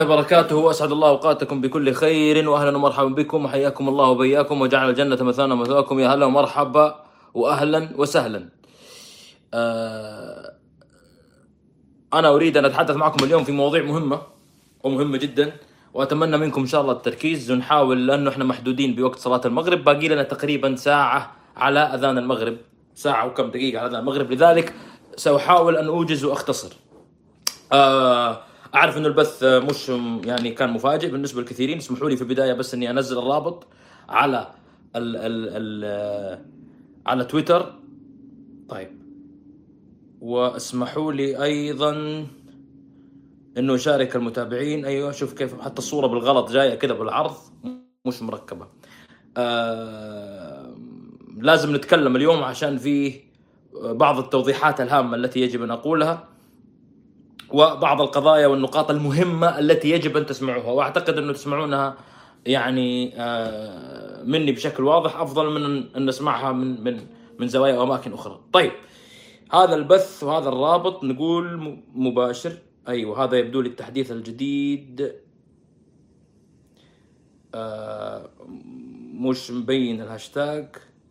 وبركاته، وأسعد الله أوقاتكم بكل خير، وأهلا ومرحبا بكم، وحياكم الله وبياكم، وجعل الجنة مثوانا ومثواكم. يا هلا ومرحبا وأهلا وسهلا. أنا أريد أن أتحدث معكم اليوم في مواضيع مهمة ومهمة جدا، وأتمنى منكم إن شاء الله التركيز ونحاول، لأنه إحنا محدودين بوقت صلاة المغرب، باقي لنا تقريبا ساعة على أذان المغرب، ساعة وكم دقيقة على أذان المغرب، لذلك سأحاول أن أوجز وأختصر. أعرف أن البث مش يعني كان مفاجئ بالنسبة للكثيرين. اسمحوا لي في البداية بس أني أنزل الرابط على على تويتر. طيب، واسمحوا لي أيضا أنه أشارك المتابعين. أيوة، شوف كيف حتى الصورة بالغلط جاية كده بالعرض مش مركبة. لازم نتكلم اليوم عشان فيه بعض التوضيحات الهامة التي يجب أن أقولها، وبعض القضايا والنقاط المهمة التي يجب أن تسمعوها، وأعتقد أنه تسمعونها يعني مني بشكل واضح أفضل من أن نسمعها من زوايا وأماكن أخرى. طيب، هذا البث وهذا الرابط نقول مباشر. أيوة، هذا يبدو لي التحديث الجديد. مش مبين الهاشتاج،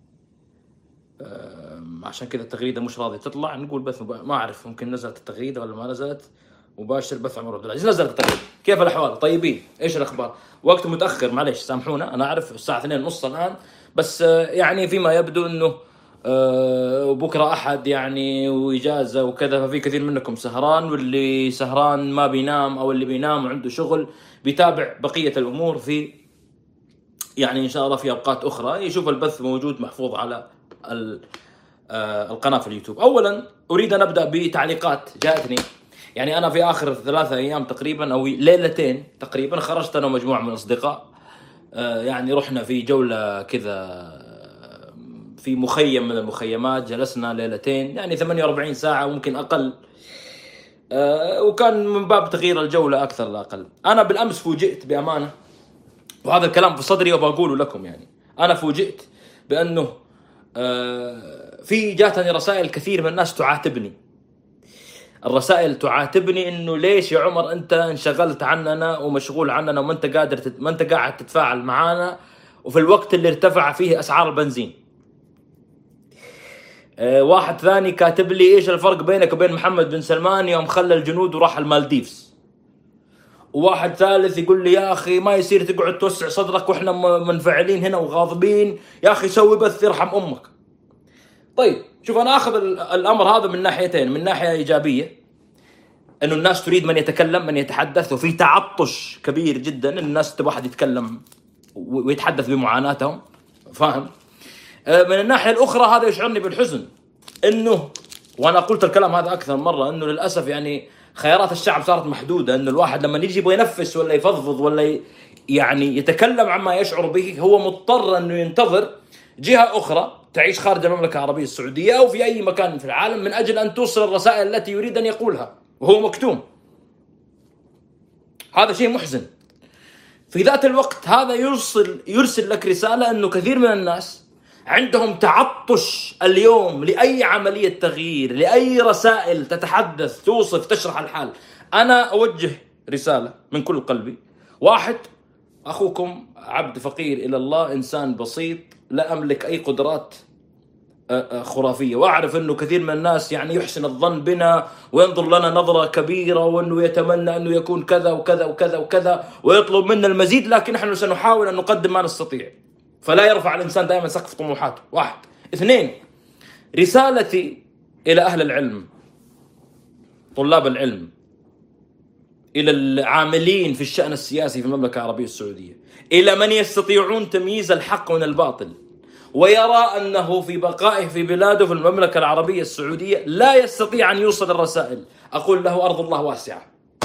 عشان كذا التغريدة مش راضية تطلع. نقول بث ما أعرف، ممكن نزلت التغريدة ولا ما نزلت. مباشر بث عمر عبد العزيز. نزلت التغريدة. كيف الأحوال؟ طيبين؟ إيش الأخبار؟ وقت متأخر، معليش سامحونا، أنا أعرف الساعة 2:30 الآن، بس يعني فيما يبدو أنه بكرة أحد يعني وإجازة وكذا، ففي كثير منكم سهران، واللي سهران ما بينام، أو اللي بينام وعنده شغل بيتابع بقية الأمور في يعني إن شاء الله في أوقات أخرى، يشوف البث موجود محفوظ على القناة في اليوتيوب. أولا أريد أن أبدأ بتعليقات جاءتني. يعني أنا في آخر 3 أيام تقريبا أو ليلتين تقريبا خرجت أنا ومجموعة من الأصدقاء، يعني رحنا في جولة كذا في مخيم من المخيمات، جلسنا ليلتين يعني 48 ساعة وممكن أقل، وكان من باب تغيير الجولة أكثر لا أقل. أنا بالأمس فوجئت بأمانة، وهذا الكلام في صدري وبقوله لكم، يعني أنا فوجئت بأنه في جاتني رسائل كثير من الناس تعاتبني. الرسائل تعاتبني إنه ليش يا عمر أنت انشغلت عننا ومشغول عننا وما أنت قادر ما أنت قاعد تتفاعل معانا، وفي الوقت اللي ارتفع فيه أسعار البنزين. واحد ثاني كاتب لي إيش الفرق بينك وبين محمد بن سلمان يوم خلى الجنود وراح المالديفز. وواحد ثالث يقول لي يا أخي ما يصير تقعد توسع صدرك وإحنا منفعلين هنا وغاضبين، يا أخي سوي بث يرحم أمك. طيب شوف، أنا أخذ الأمر هذا من ناحيتين. من ناحية إيجابية إنه الناس تريد من يتكلم من يتحدث، وفي تعطش كبير جدا الناس تبغى واحد يتكلم ويتحدث بمعاناتهم، فاهم؟ من الناحية الأخرى هذا يشعرني بالحزن، إنه وأنا قلت الكلام هذا أكثر مرة، إنه للأسف يعني خيارات الشعب صارت محدودة. إنه الواحد لما يجي يبغى ينفس ولا يفضفض ولا يعني يتكلم عما يشعر به، هو مضطر إنه ينتظر جهة أخرى تعيش خارج المملكة العربية السعودية أو في أي مكان في العالم من أجل أن توصل الرسائل التي يريد أن يقولها، وهو مكتوم. هذا شيء محزن. في ذات الوقت هذا يرسل لك رسالة أنه كثير من الناس عندهم تعطش اليوم لأي عملية تغيير، لأي رسائل تتحدث توصف تشرح الحال. أنا أوجه رسالة من كل قلبي. واحد، أخوكم عبد فقير إلى الله، إنسان بسيط لا أملك أي قدرات خرافية، وأعرف أنه كثير من الناس يعني يحسن الظن بنا وينظر لنا نظرة كبيرة، وأنه يتمنى أنه يكون كذا وكذا وكذا وكذا ويطلب منا المزيد، لكن نحن سنحاول أن نقدم ما نستطيع. فلا يرفع الإنسان دائما سقف طموحاته. واحد. اثنين، رسالتي إلى أهل العلم، طلاب العلم، إلى العاملين في الشأن السياسي في المملكة العربية السعودية، إلى من يستطيعون تمييز الحق من الباطل ويرى أنه في بقائه في بلاده في المملكة العربية السعودية لا يستطيع أن يوصل الرسائل، أقول له أرض الله واسعة.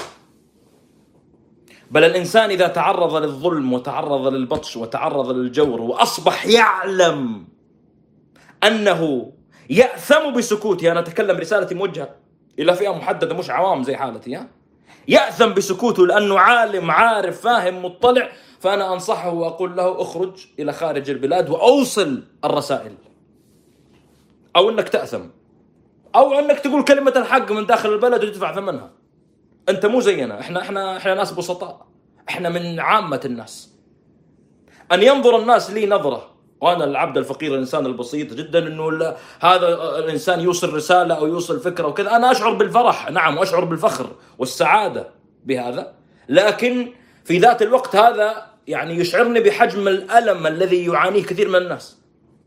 بل الإنسان إذا تعرض للظلم وتعرض للبطش وتعرض للجور وأصبح يعلم أنه يأثم بسكوته، أنا أتكلم رسالتي موجهة إلى فئة محددة مش عوام زي حالتي، يأثم بسكوته لأنه عالم عارف فاهم مطلع، فأنا أنصحه وأقول له اخرج إلى خارج البلاد وأوصل الرسائل، أو أنك تأثم، أو أنك تقول كلمة الحق من داخل البلد وتدفع ثمنها. انت مو زينا، احنا ناس بسطاء، احنا من عامة الناس. ان ينظر الناس لي نظرة وانا العبد الفقير الانسان البسيط جدا انه هذا الانسان يوصل رسالة او يوصل فكرة وكذا، انا اشعر بالفرح نعم واشعر بالفخر والسعادة بهذا، لكن في ذات الوقت هذا يعني يشعرني بحجم الألم الذي يعانيه كثير من الناس.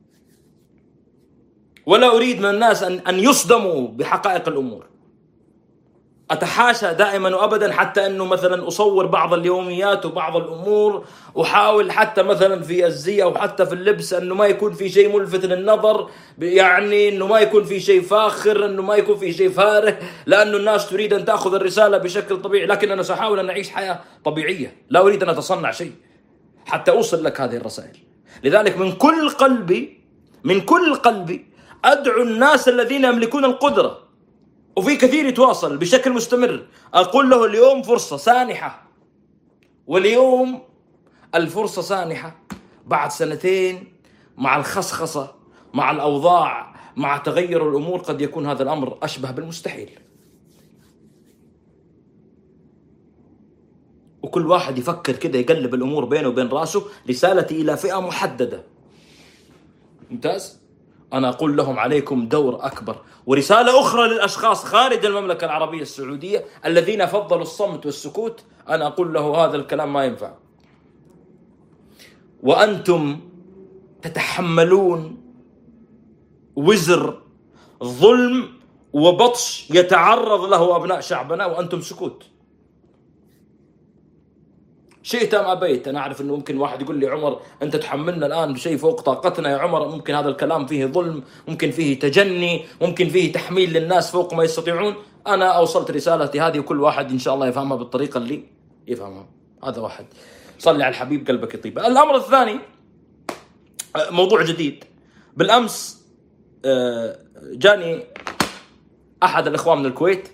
ولا أريد من الناس أن يصدموا بحقائق الأمور. أتحاشى دائما وأبدا حتى أنه مثلا أصور بعض اليوميات وبعض الأمور، أحاول حتى مثلا في الزي أو حتى في اللبس أنه ما يكون في شيء ملفت للنظر، يعني أنه ما يكون في شيء فاخر، أنه ما يكون في شيء فارغ، لأنه الناس تريد أن تأخذ الرسالة بشكل طبيعي، لكن أنا سأحاول أن أعيش حياة طبيعية، لا أريد أن أتصنع شيء حتى أوصل لك هذه الرسائل. لذلك من كل قلبي أدعو الناس الذين يملكون القدرة، وفي كثير يتواصل بشكل مستمر، أقول له اليوم فرصة سانحة، واليوم الفرصة سانحة. بعد سنتين مع الخصخصة، مع الأوضاع، مع تغير الأمور، قد يكون هذا الأمر أشبه بالمستحيل. وكل واحد يفكر كده، يقلب الأمور بينه وبين راسه. رسالتي إلى فئة محددة، ممتاز، أنا أقول لهم عليكم دور أكبر. ورسالة أخرى للأشخاص خارج المملكة العربية السعودية الذين فضلوا الصمت والسكوت، أنا أقول له هذا الكلام ما ينفع، وأنتم تتحملون وزر ظلم وبطش يتعرض له أبناء شعبنا وأنتم سكوت. شئت أم أبيت. أنا أعرف أنه ممكن واحد يقول لي عمر أنت تحملنا الآن بشيء فوق طاقتنا يا عمر، ممكن هذا الكلام فيه ظلم، ممكن فيه تجني، ممكن فيه تحميل للناس فوق ما يستطيعون. أنا أوصلت رسالتي هذه وكل واحد إن شاء الله يفهمها بالطريقة اللي يفهمها. هذا واحد. صلي على الحبيب قلبك يطيب. الأمر الثاني موضوع جديد. بالأمس جاني أحد الإخوان من الكويت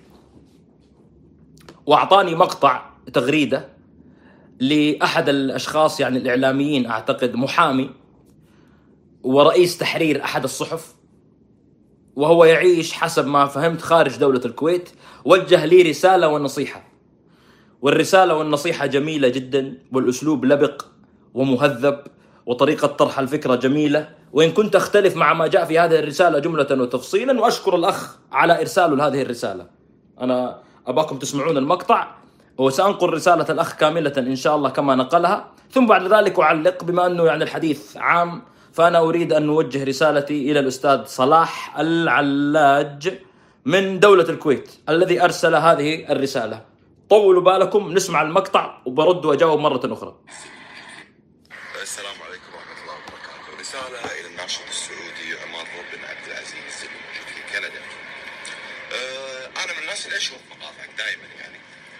وأعطاني مقطع تغريدة لأحد الأشخاص، يعني الإعلاميين، أعتقد محامي ورئيس تحرير أحد الصحف، وهو يعيش حسب ما فهمت خارج دولة الكويت. وجه لي رسالة ونصيحة، والرسالة والنصيحة جميلة جدا، والأسلوب لبق ومهذب، وطريقة طرح الفكرة جميلة، وإن كنت أختلف مع ما جاء في هذه الرسالة جملة وتفصيلا. وأشكر الأخ على إرساله لهذه الرسالة. أنا أباكم تسمعون المقطع وسأنقل رسالة الأخ كاملة إن شاء الله كما نقلها، ثم بعد ذلك أعلق. بما أنه يعني الحديث عام، فأنا أريد أن نوجه رسالتي إلى الأستاذ صلاح العلاج من دولة الكويت الذي أرسل هذه الرسالة. طولوا بالكم، نسمع المقطع وبرد وأجاوب مرة أخرى. السلام عليكم ورحمة الله وبركاته. رسالة إلى الناشط السعودي عمر بن عبد العزيز الموجود في كندا. أنا من الناس اللي أشوف مقاطعك دائما يعني،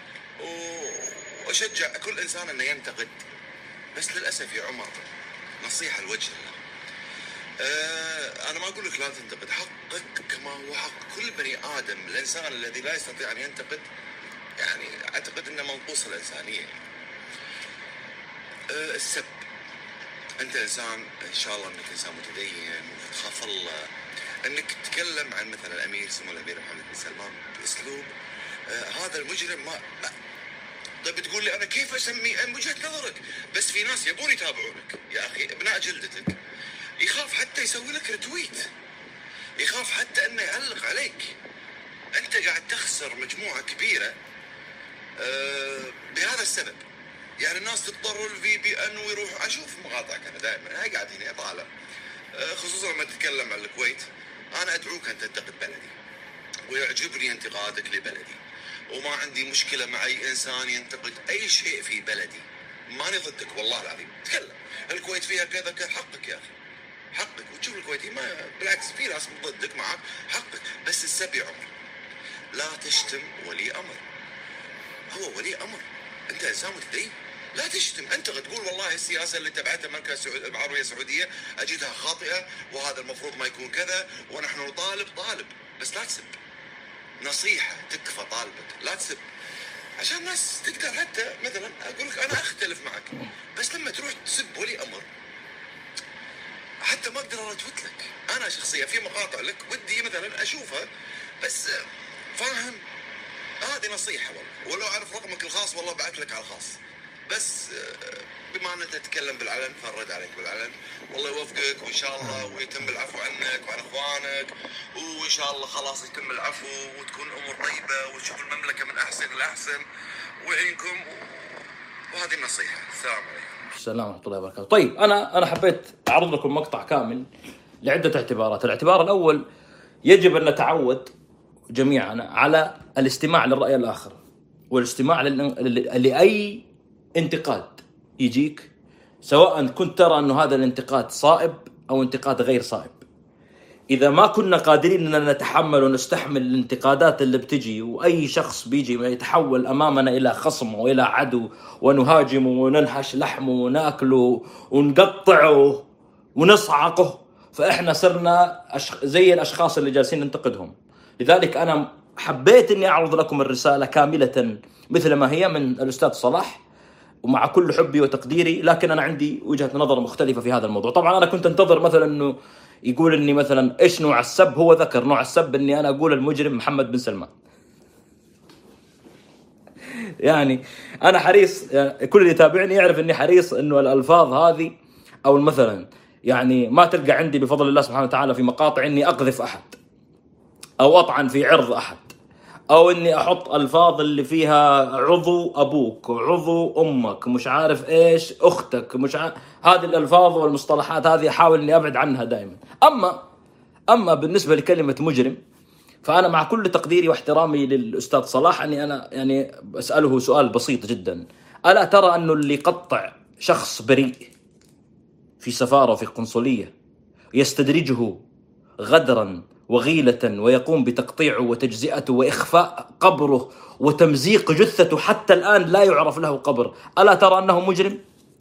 وأشجع كل إنسان أنه ينتقد، بس للأسف يا عمر نصيحة لوجه الله. أنا ما أقول لك لا تنتقد، حقك كما هو حق كل بني آدم. الإنسان الذي لا يستطيع أن ينتقد يعني أعتقد أنه منقوص الإنسانية. السب، أنت إنسان إن شاء الله أنك إنسان متدين وتخاف الله، أنك تتكلم عن مثلا الأمير سمو الأمير محمد بن سلمان بأسلوب هذا المجرم ما طيب تقول لي أنا كيف أسمي من وجهة نظرك؟ بس في ناس يبون يتابعونك يا أخي، ابناء جلدتك، يخاف حتى يسوي لك رتويت، يخاف حتى أنه يعلق عليك. أنت قاعد تخسر مجموعة كبيرة بهذا السبب. يعني الناس تضطر الفي بي ان ويروح. اشوف مقاطعك انا دائما، انا قاعد هنا اطالع، خصوصا لما تتكلم عن الكويت. انا ادعوك ان تنتقد بلدي، ويعجبني انتقادك لبلدي، وما عندي مشكله مع اي انسان ينتقد اي شيء في بلدي، ماني ضدك والله العظيم. تكلم الكويت فيها كذا كذا، حقك يا اخي، حقك. وتشوف الكويتي ما بالعكس في ناس ضدك معك، حقك. بس السب يا عمر، لا تشتم ولي امر، هو ولي امر، انت انسان متدين، لا تشتم. انت تقول والله السياسه اللي تبعتها المملكه العربيه السعوديه اجدها خاطئه، وهذا المفروض ما يكون كذا، ونحن نطالب. طالب، بس لا تسب. نصيحه تكفى طالبك، لا تسب، عشان الناس تقدر. حتى مثلا اقول لك انا اختلف معك، بس لما تروح تسب ولي امر حتى ما اقدر ارتوت لك. انا شخصيا في مقاطع لك ودي مثلا اشوفها، بس فاهم هذه هذه نصيحة والله، ولو أعرف رقمك الخاص والله بعث لك على الخاص. بس بما أنك تتكلم بالعلن فنرد عليك بالعلن. والله يوفقك وإن شاء الله ويتم العفو عنك وعن إخوانك، وإن شاء الله خلاص يتم العفو وتكون الأمور طيبة وتشوف المملكة من أحسن لأحسن ويعينكم. وهذه النصيحة. السلام عليكم. السلام ورحمة الله وبركاته. طيب أنا حبيت أعرض لكم مقطع كامل لعدة اعتبارات. الاعتبار الأول، يجب أن نتعود جميعا على الاستماع للرأي الآخر والاستماع لأي انتقاد يجيك، سواء كنت ترى أنه هذا الانتقاد صائب أو انتقاد غير صائب. إذا ما كنا قادرين أن نتحمل ونستحمل الانتقادات اللي بتجي، وأي شخص بيجي يتحول أمامنا إلى خصم وإلى عدو ونهاجمه وننهش لحمه وناكله ونقطعه ونصعقه، فإحنا صرنا زي الأشخاص اللي جالسين ننتقدهم. لذلك أنا حبيت أني أعرض لكم الرسالة كاملة مثل ما هي من الأستاذ صلاح، ومع كل حبي وتقديري، لكن أنا عندي وجهة نظر مختلفة في هذا الموضوع. طبعا أنا كنت انتظر مثلا أنه يقول أني مثلا إيش نوع السب. هو ذكر نوع السب أني أنا أقول المجرم محمد بن سلمان. يعني أنا حريص، يعني كل اللي يتابعني يعرف أني حريص أنه الألفاظ هذه أو مثلا يعني ما تلقى عندي بفضل الله سبحانه وتعالى في مقاطع أني أقذف أحد أو أطعن في عرض أحد، أو إني أحط ألفاظ اللي فيها عضو أبوك وعضو أمك مش عارف إيش أختك مش عارف. هذه الألفاظ والمصطلحات هذه أحاول إني أبعد عنها دائما. أما بالنسبة لكلمة مجرم، فأنا مع كل تقديري واحترامي للأستاذ صلاح أني أنا يعني أسأله سؤال بسيط جدا: ألا ترى أنه اللي يقطع شخص بريء في سفارة وفي قنصلية يستدرجه غدرا وغيلة ويقوم بتقطيعه وتجزئته وإخفاء قبره وتمزيق جثته حتى الآن لا يعرف له قبر، ألا ترى أنه مجرم؟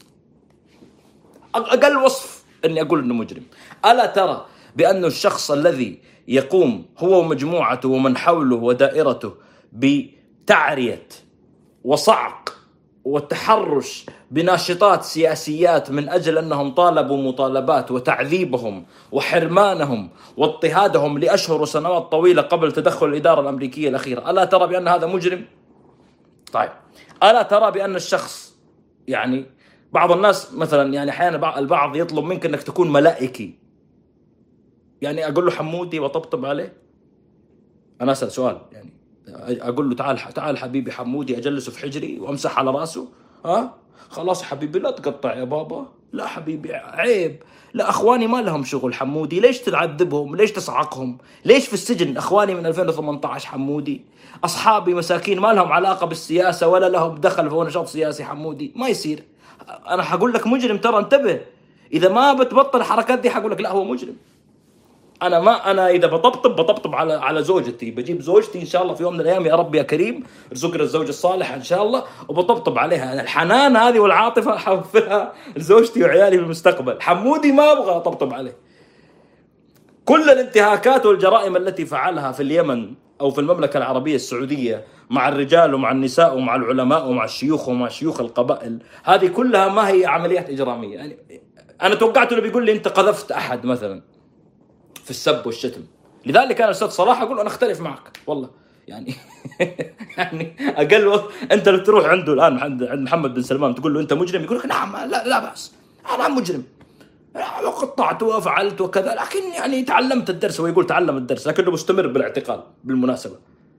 أقل وصف أني أقول أنه مجرم. ألا ترى بأن الشخص الذي يقوم هو ومجموعته ومن حوله ودائرته بتعرية وصعق والتحرش بناشطات سياسيات من أجل أنهم طالبوا مطالبات، وتعذيبهم وحرمانهم واضطهادهم لأشهر وسنوات طويلة قبل تدخل الإدارة الأمريكية الأخيرة، ألا ترى بأن هذا مجرم؟ طيب ألا ترى بأن الشخص، يعني بعض الناس مثلا يعني أحيانا البعض يطلب منك أنك تكون ملائكي، يعني أقول له حمودي وطبطب عليه؟ أنا أسأل سؤال، يعني أقول له تعال حبيبي حمودي أجلسه في حجري وأمسح على رأسه؟ خلاص حبيبي لا تقطع يا بابا، لا حبيبي عيب، لا أخواني ما لهم شغل حمودي، ليش تعذبهم؟ ليش تصعقهم؟ ليش في السجن أخواني من 2018 حمودي؟ أصحابي مساكين ما لهم علاقة بالسياسة ولا لهم دخل في نشاط سياسي حمودي، ما يصير. أنا حقول لك مجرم، ترى انتبه، إذا ما بتبطل الحركات دي حقول لك لا هو مجرم. أنا إذا بطبطب على زوجتي، بجيب زوجتي إن شاء الله في يوم من الأيام، يا رب يا كريم ارزقنا الزوج الصالح إن شاء الله، وبطبطب عليها. أنا الحنان هذه والعاطفة حوفرها لزوجتي وعيالي في المستقبل. حمودي ما أبغى أطبطب عليه. كل الانتهاكات والجرائم التي فعلها في اليمن أو في المملكة العربية السعودية مع الرجال ومع النساء ومع العلماء ومع الشيوخ ومع شيوخ القبائل، هذه كلها ما هي عمليات إجرامية. يعني أنا توقعت إنه بيقول لي أنت قذفت أحد مثلا في السب والشتم. لذلك أنا أستاذ صلاح أقول أنا أختلف معك والله، يعني يعني أقل أنت اللي تروح عنده الآن عند محمد بن سلمان تقول له أنت مجرم، يقول لك نعم لا بأس أنا مجرم وقطعت وفعلت وكذا، لكن يعني تعلمت الدرس. ويقول تعلم الدرس لكنه مستمر بالاعتقال بالمناسبة.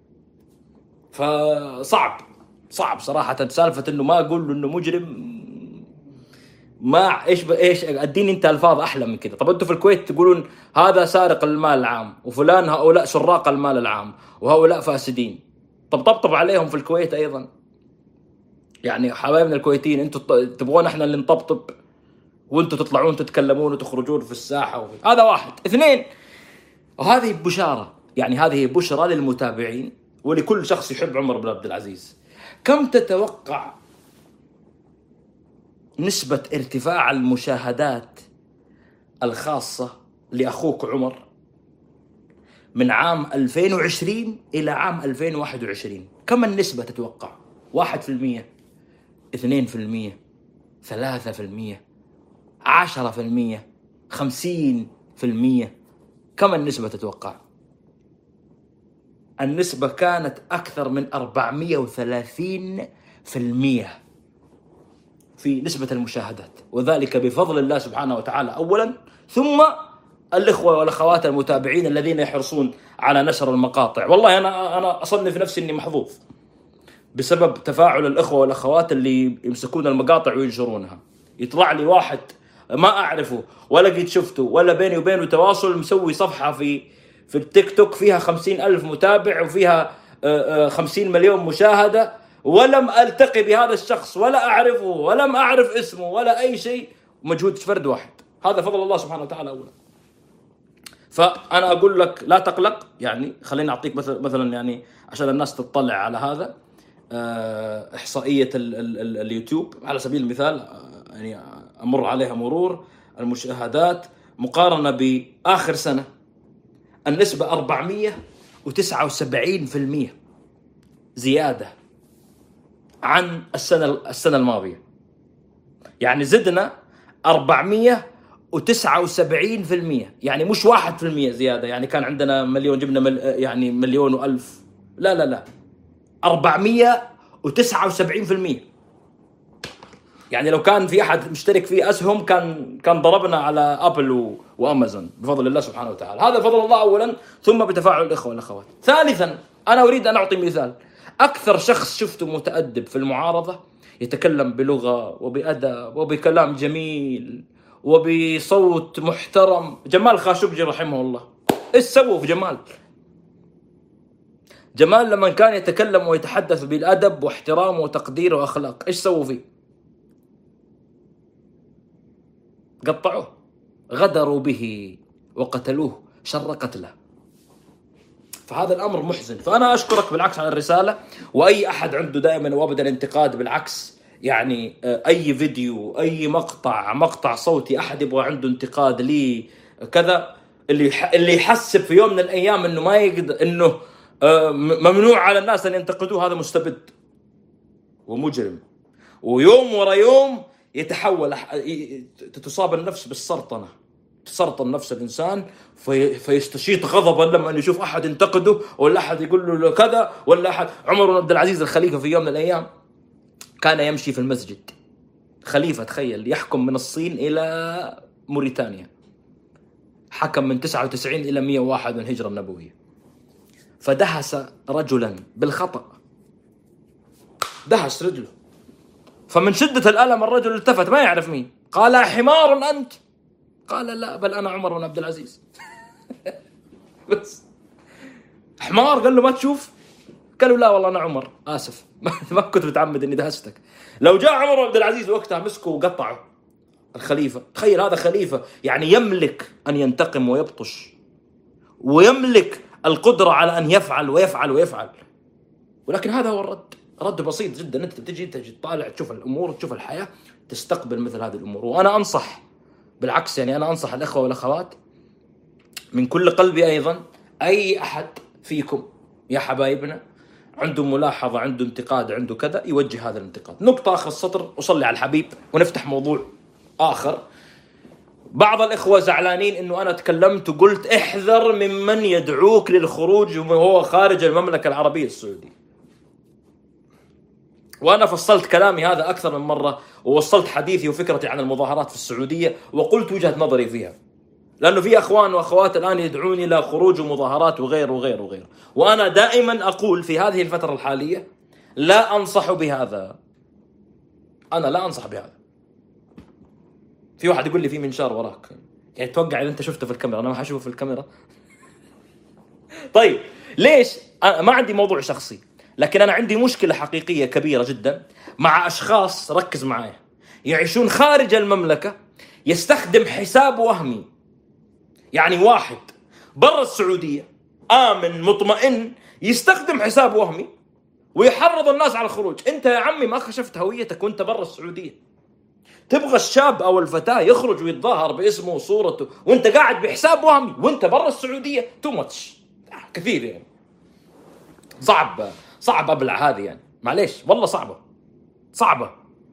فصعب صراحة سالفة إنه ما أقول له إنه مجرم. ما ايش اديني انت الفاظ احلى من كده. طب انتوا في الكويت تقولون هذا سارق المال العام، وفلان هؤلاء سراق المال العام، وهؤلاء فاسدين. طب طبطب عليهم في الكويت ايضا. يعني حبايبنا الكويتيين، انتوا تبغون احنا اللي نطبطب وانتوا تطلعون تتكلمون وتخرجون في الساحة هذا واحد. اثنين، وهذه بشارة، يعني هذه بشرى للمتابعين ولكل شخص يحب عمر بن عبد العزيز. كم تتوقع نسبة ارتفاع المشاهدات الخاصة لأخوك عمر من عام 2020 إلى عام 2021؟ كم النسبة تتوقع؟ 1%، 2%، 3%، 10%، 50%؟ كم النسبة تتوقع؟ النسبة كانت أكثر من 430% في نسبة المشاهدات، وذلك بفضل الله سبحانه وتعالى أولا، ثم الإخوة والأخوات المتابعين الذين يحرصون على نشر المقاطع. والله أنا أصنف نفسي أني محظوظ بسبب تفاعل الإخوة والأخوات اللي يمسكون المقاطع وينشرونها. يطلع لي واحد ما أعرفه ولا قد شفته ولا بيني وبينه تواصل، مسوي صفحة في التيك توك فيها 50,000 متابع وفيها 50 مليون مشاهدة، ولم ألتقي بهذا الشخص ولا أعرفه ولم أعرف اسمه ولا أي شيء، مجهود فرد واحد. هذا فضل الله سبحانه وتعالى أولا. فأنا أقول لك لا تقلق، يعني خليني أعطيك مثلا يعني عشان الناس تطلع على هذا إحصائية اليوتيوب على سبيل المثال، يعني أمر عليها مرور المشاهدات مقارنة بآخر سنة. النسبة 479% زيادة عن السنة الماضية، يعني زدنا 479%، يعني مش 1% زيادة، يعني كان عندنا مليون جبنا يعني مليون وألف، لا 479%. يعني لو كان في أحد مشترك فيه أسهم كان ضربنا على أبل وأمازون بفضل الله سبحانه وتعالى. هذا فضل الله أولا، ثم بتفاعل الإخوة والأخوات. ثالثا أنا أريد أن أعطي مثال. أكثر شخص شفته متأدب في المعارضة، يتكلم بلغة وبأدب وبكلام جميل وبصوت محترم، جمال خاشقجي رحمه الله. إيش سووا في جمال؟ جمال لما كان يتكلم ويتحدث بالأدب واحترام وتقدير وأخلاق، إيش سووا فيه؟ قطعوه، غدروا به وقتلوه شر قتله. فهذا الأمر محزن. فأنا أشكرك بالعكس على الرسالة، وأي أحد عنده دائما وأبدا انتقاد بالعكس، يعني أي فيديو أي مقطع صوتي أحد يبغى عنده انتقاد لي كذا، اللي يحسب في يوم من الأيام إنه ما يقدر، إنه ممنوع على الناس أن ينتقدوه، هذا مستبد ومجرم، ويوم ورا يوم يتحول، تصاب النفس بالسرطنة، تسرطن نفس الإنسان فيستشيط غضبا لما يشوف أحد ينتقده ولا أحد يقول له كذا ولا أحد. عمر بن عبد العزيز الخليفة في يوم من الأيام كان يمشي في المسجد، خليفة تخيل، يحكم من الصين إلى موريتانيا، حكم من 99 إلى 101 من الهجرة النبوية، فدهس رجلا بالخطأ، دهس رجله، فمن شدة الألم الرجل التفت ما يعرف مين، قال حمار أنت؟ قال لا بل أنا عمر بن عبد العزيز. بس حمار، قال له ما تشوف؟ قالوا لا والله أنا عمر، آسف ما كنت متعمد إني دهستك. لو جاء عمر بن عبد العزيز وقتها مسكه وقطعه الخليفة، تخيل هذا خليفة يعني يملك أن ينتقم ويبطش، ويملك القدرة على أن يفعل ويفعل ويفعل، ولكن هذا هو الرد بسيط جدا. أنت تجي تطالع تشوف الأمور، تشوف الحياة، تستقبل مثل هذه الأمور. وأنا أنصح بالعكس، يعني أنا أنصح الأخوة والأخوات من كل قلبي أيضا، أي أحد فيكم يا حبايبنا عنده ملاحظة، عنده انتقاد، عنده كذا، يوجه هذا الانتقاد. نقطة آخر السطر، وصلي على الحبيب ونفتح موضوع آخر. بعض الإخوة زعلانين إنه أنا تكلمت وقلت احذر ممن يدعوك للخروج وهو خارج المملكة العربية السعودية، وأنا فصلت كلامي هذا أكثر من مرة، ووصلت حديثي وفكرتي عن المظاهرات في السعودية، وقلت وجهة نظري فيها، لأنه في أخوان وأخوات الآن يدعوني إلى خروج ومظاهرات وغير وغير وغير، وأنا دائما أقول في هذه الفترة الحالية لا أنصح بهذا، أنا لا أنصح بهذا. في واحد يقول لي في منشار وراك، يعني توقع إذا أنت شفته في الكاميرا، أنا ما حشوفه في الكاميرا. طيب ليش؟ أنا ما عندي موضوع شخصي، لكن أنا عندي مشكلة حقيقية كبيرة جدا مع أشخاص، ركز معايا، يعيشون خارج المملكة، يستخدم حساب وهمي. يعني واحد برا السعودية آمن مطمئن يستخدم حساب وهمي ويحرض الناس على الخروج. أنت يا عمي ما كشفت هويتك وأنت برا السعودية، تبغى الشاب أو الفتاة يخرج ويتظاهر باسمه وصورته وأنت قاعد بحساب وهمي وأنت برا السعودية. تو ماتش كثير، يعني صعب أبلع هذه، يعني معليش والله صعبة.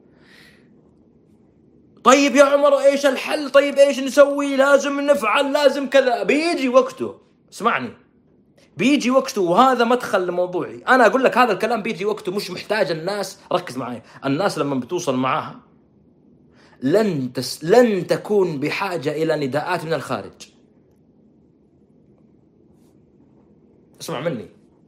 طيب يا عمر ايش الحل؟ طيب ايش نسوي؟ لازم نفعل، لازم كذا. بيجي وقته، اسمعني، بيجي وقته، وهذا مدخل لموضوعي. أنا أقول لك هذا الكلام بيجي وقته، مش محتاج الناس. ركز معي، الناس لما بتوصل معاها لن تكون بحاجة إلى نداءات من الخارج. اسمع مني،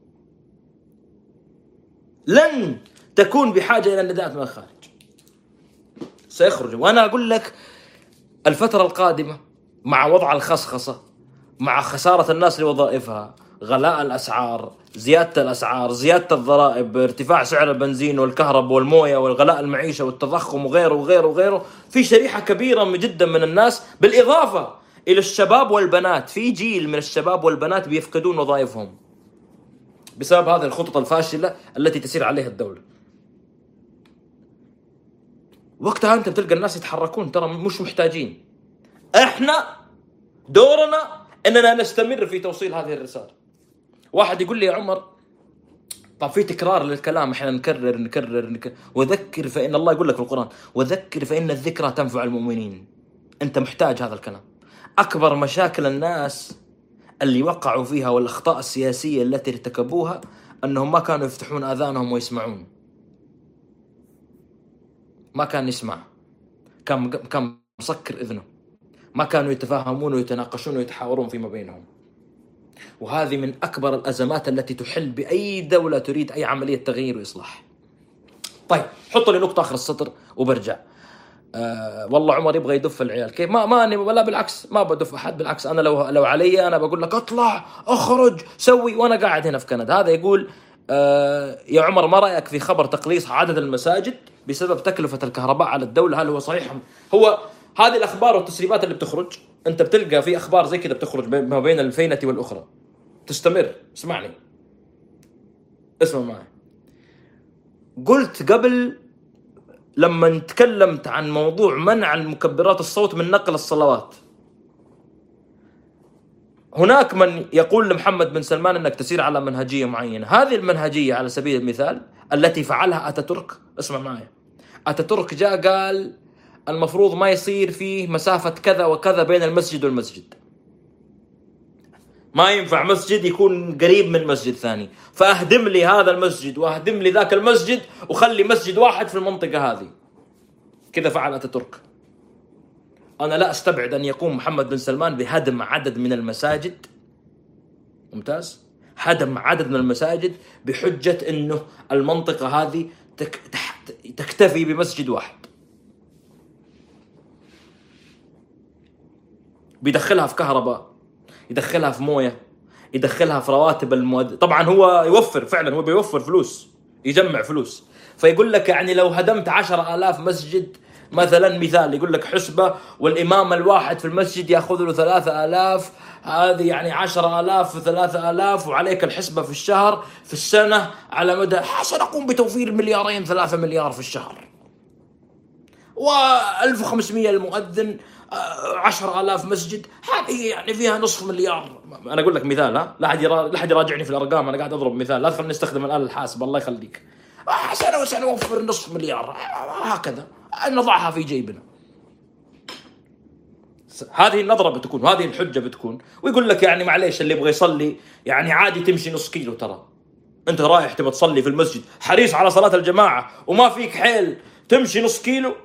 لن تكون بحاجة إلى نداءات من الخارج، سيخرج. وأنا أقول لك الفترة القادمة مع وضع الخصخصة، مع خسارة الناس لوظائفها، غلاء الأسعار، زيادة الأسعار، زيادة الضرائب، ارتفاع سعر البنزين والكهرباء والموية والغلاء المعيشة والتضخم وغيره وغيره وغيره، في شريحة كبيرة جدا من الناس، بالإضافة إلى الشباب والبنات، في جيل من الشباب والبنات بيفقدون وظائفهم بسبب هذه الخطط الفاشلة التي تسير عليها الدولة. وقتها أنت بتلقى الناس يتحركون، ترى مش محتاجين. إحنا دورنا أننا نستمر في توصيل هذه الرسالة. واحد يقول لي يا عمر، طب في تكرار للكلام، إحنا نكرر وذكر فإن الله يقول لك في القرآن وذكر فإن الذكرى تنفع المؤمنين. أنت محتاج هذا الكلام. أكبر مشاكل الناس اللي وقعوا فيها والأخطاء السياسية التي ارتكبوها أنهم ما كانوا يفتحون آذانهم ويسمعون. ما كان يسمع، كان مسكر إذنه، ما كانوا يتفاهمون ويتناقشون ويتحاورون فيما بينهم. وهذه من أكبر الأزمات التي تحل بأي دولة تريد أي عملية تغيير وإصلاح. طيب حط لي نقطة آخر السطر وبرجع. والله عمر يبغى يدف العيال، كيف؟ ما أنا ولا بالعكس، ما بدف أحد، بالعكس أنا لو علي أنا بقول لك اطلع اخرج سوي، وأنا قاعد هنا في كندا. هذا يقول يا عمر ما رأيك في خبر تقليص عدد المساجد بسبب تكلفة الكهرباء على الدولة؟ هل هو صحيح؟ هو هذه الأخبار والتسريبات اللي بتخرج، أنت بتلقى في أخبار زي كده بتخرج ما بين الفينة والأخرى، تستمر. اسمعني، اسمع معي. قلت قبل لما تكلمت عن موضوع منع المكبرات الصوت من نقل الصلوات، هناك من يقول لمحمد بن سلمان أنك تسير على منهجية معينة. هذه المنهجية على سبيل المثال التي فعلها أتاتورك، اسمع معي، أتاتورك جاء قال المفروض ما يصير فيه مسافة كذا وكذا بين المسجد والمسجد، ما ينفع مسجد يكون قريب من مسجد ثاني، فأهدم لي هذا المسجد وأهدم لي ذاك المسجد وخلي مسجد واحد في المنطقة هذه. كذا فعل أتاتورك. أنا لا أستبعد أن يقوم محمد بن سلمان بهدم عدد من المساجد، ممتاز، هدم عدد من المساجد بحجة أنه المنطقة هذه تكتفي بمسجد واحد، بيدخلها في كهرباء، يدخلها في موية، يدخلها في رواتب طبعا هو يوفر، فعلا هو بيوفر فلوس، يجمع فلوس. فيقول لك يعني لو هدمت 10,000 مسجد مثلا، مثال يقول لك حسبة، والإمام الواحد في المسجد يأخذ له 3,000، هذه يعني 10,000 و3,000، وعليك الحسبة في الشهر، في السنة على مدى سنقوم بتوفير 2 3 مليار في الشهر، و1500 المؤذن، 10,000 مسجد، هذه يعني فيها نصف مليار. أنا أقول لك مثال، لا أحد يراجعني في الأرقام، أنا قاعد أضرب مثال، لا تخليني نستخدم الآلة الحاسبة الله يخليك. سنوفر نصف مليار، هكذا نضعها في جيبنا. هذه النظرة بتكون، وهذه الحجة بتكون. ويقول لك يعني معليش اللي يبغى يصلي يعني عادي تمشي نص كيلو، ترى أنت رايح تبغى تصلي في المسجد حريص على صلاة الجماعة وما فيك حيل تمشي نص كيلو،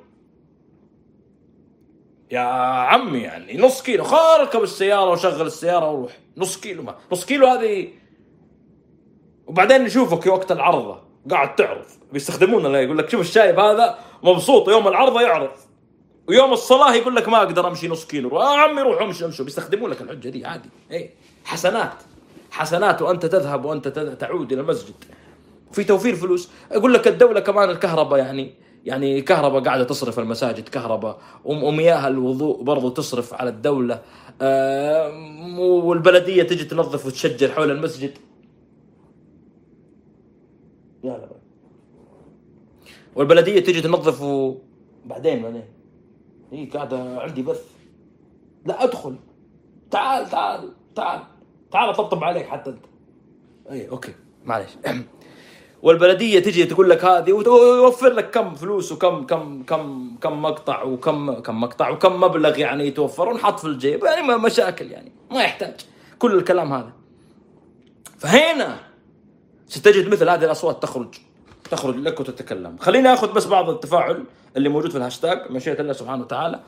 يا عمي يعني نص كيلو، اركب السيارة وشغل السيارة وروح نص كيلو، ما نص كيلو هذه. وبعدين نشوفك وقت العرضة قاعد تعرض، بيستخدمون اللي يقول لك شوف الشايب هذا مبسوط يوم العرضة يعرض، ويوم الصلاة يقول لك ما أقدر أمشي نص كيلو. عمي روح امشي. بيستخدمون لك الحجة دي عادي. إيه حسنات وأنت تذهب وأنت تعود إلى المسجد في توفير فلوس. أقول لك الدولة كمان الكهرباء، يعني كهرباء قاعدة تصرف المساجد كهرباء، ومياه الوضوء برضو تصرف على الدولة، والبلدية تجي تنظف وتشجر حول المسجد. والبلدية تجي تنظف بعدين هي قاعدة عندي بث، لا أدخل، تعال طبطب عليك حتى أنت. أوكي معلش. والبلدية تجي تقول لك هذه ويوفر لك كم فلوس وكم كم كم كم مقطع وكم مبلغ يعني يتوفر ونحط في الجيب، يعني مشاكل، يعني ما يحتاج كل الكلام هذا. فهنا ستجد مثل هذه الأصوات تخرج لك وتتكلم. خليني أخذ بس بعض التفاعل اللي موجود في الهاشتاج مشيئة الله سبحانه وتعالى.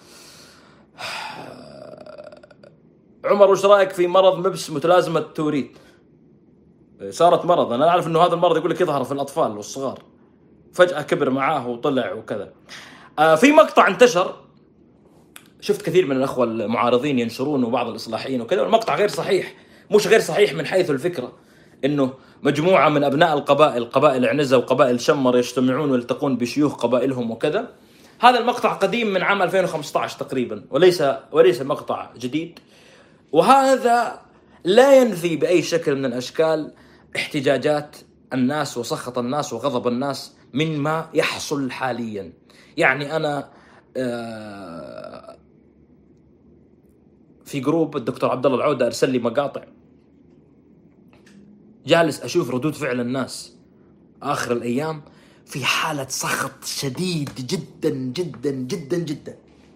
عمر، وش رأيك في مرض مبس متلازمة توريد؟ صارت مرض، أنا أعرف أنه هذا المرض يقول لك يظهر في الأطفال والصغار، فجأة كبر معاه وطلع وكذا. في مقطع انتشر، شفت كثير من الأخوة المعارضين ينشرونه وبعض الإصلاحيين وكذا، المقطع غير صحيح، مش غير صحيح من حيث الفكرة، إنه مجموعة من أبناء القبائل، قبائل عنزة وقبائل شمر، يجتمعون ويلتقون بشيوخ قبائلهم وكذا. هذا المقطع قديم من عام 2015 تقريبا، وليس مقطع جديد. وهذا لا ينفي بأي شكل من الأشكال احتجاجات الناس وسخط الناس وغضب الناس مما يحصل حاليا. يعني أنا في جروب الدكتور عبد الله العودة أرسل لي مقاطع، جالس أشوف ردود فعل الناس آخر الأيام في حالة سخط شديد جدا جدا جدا جدا،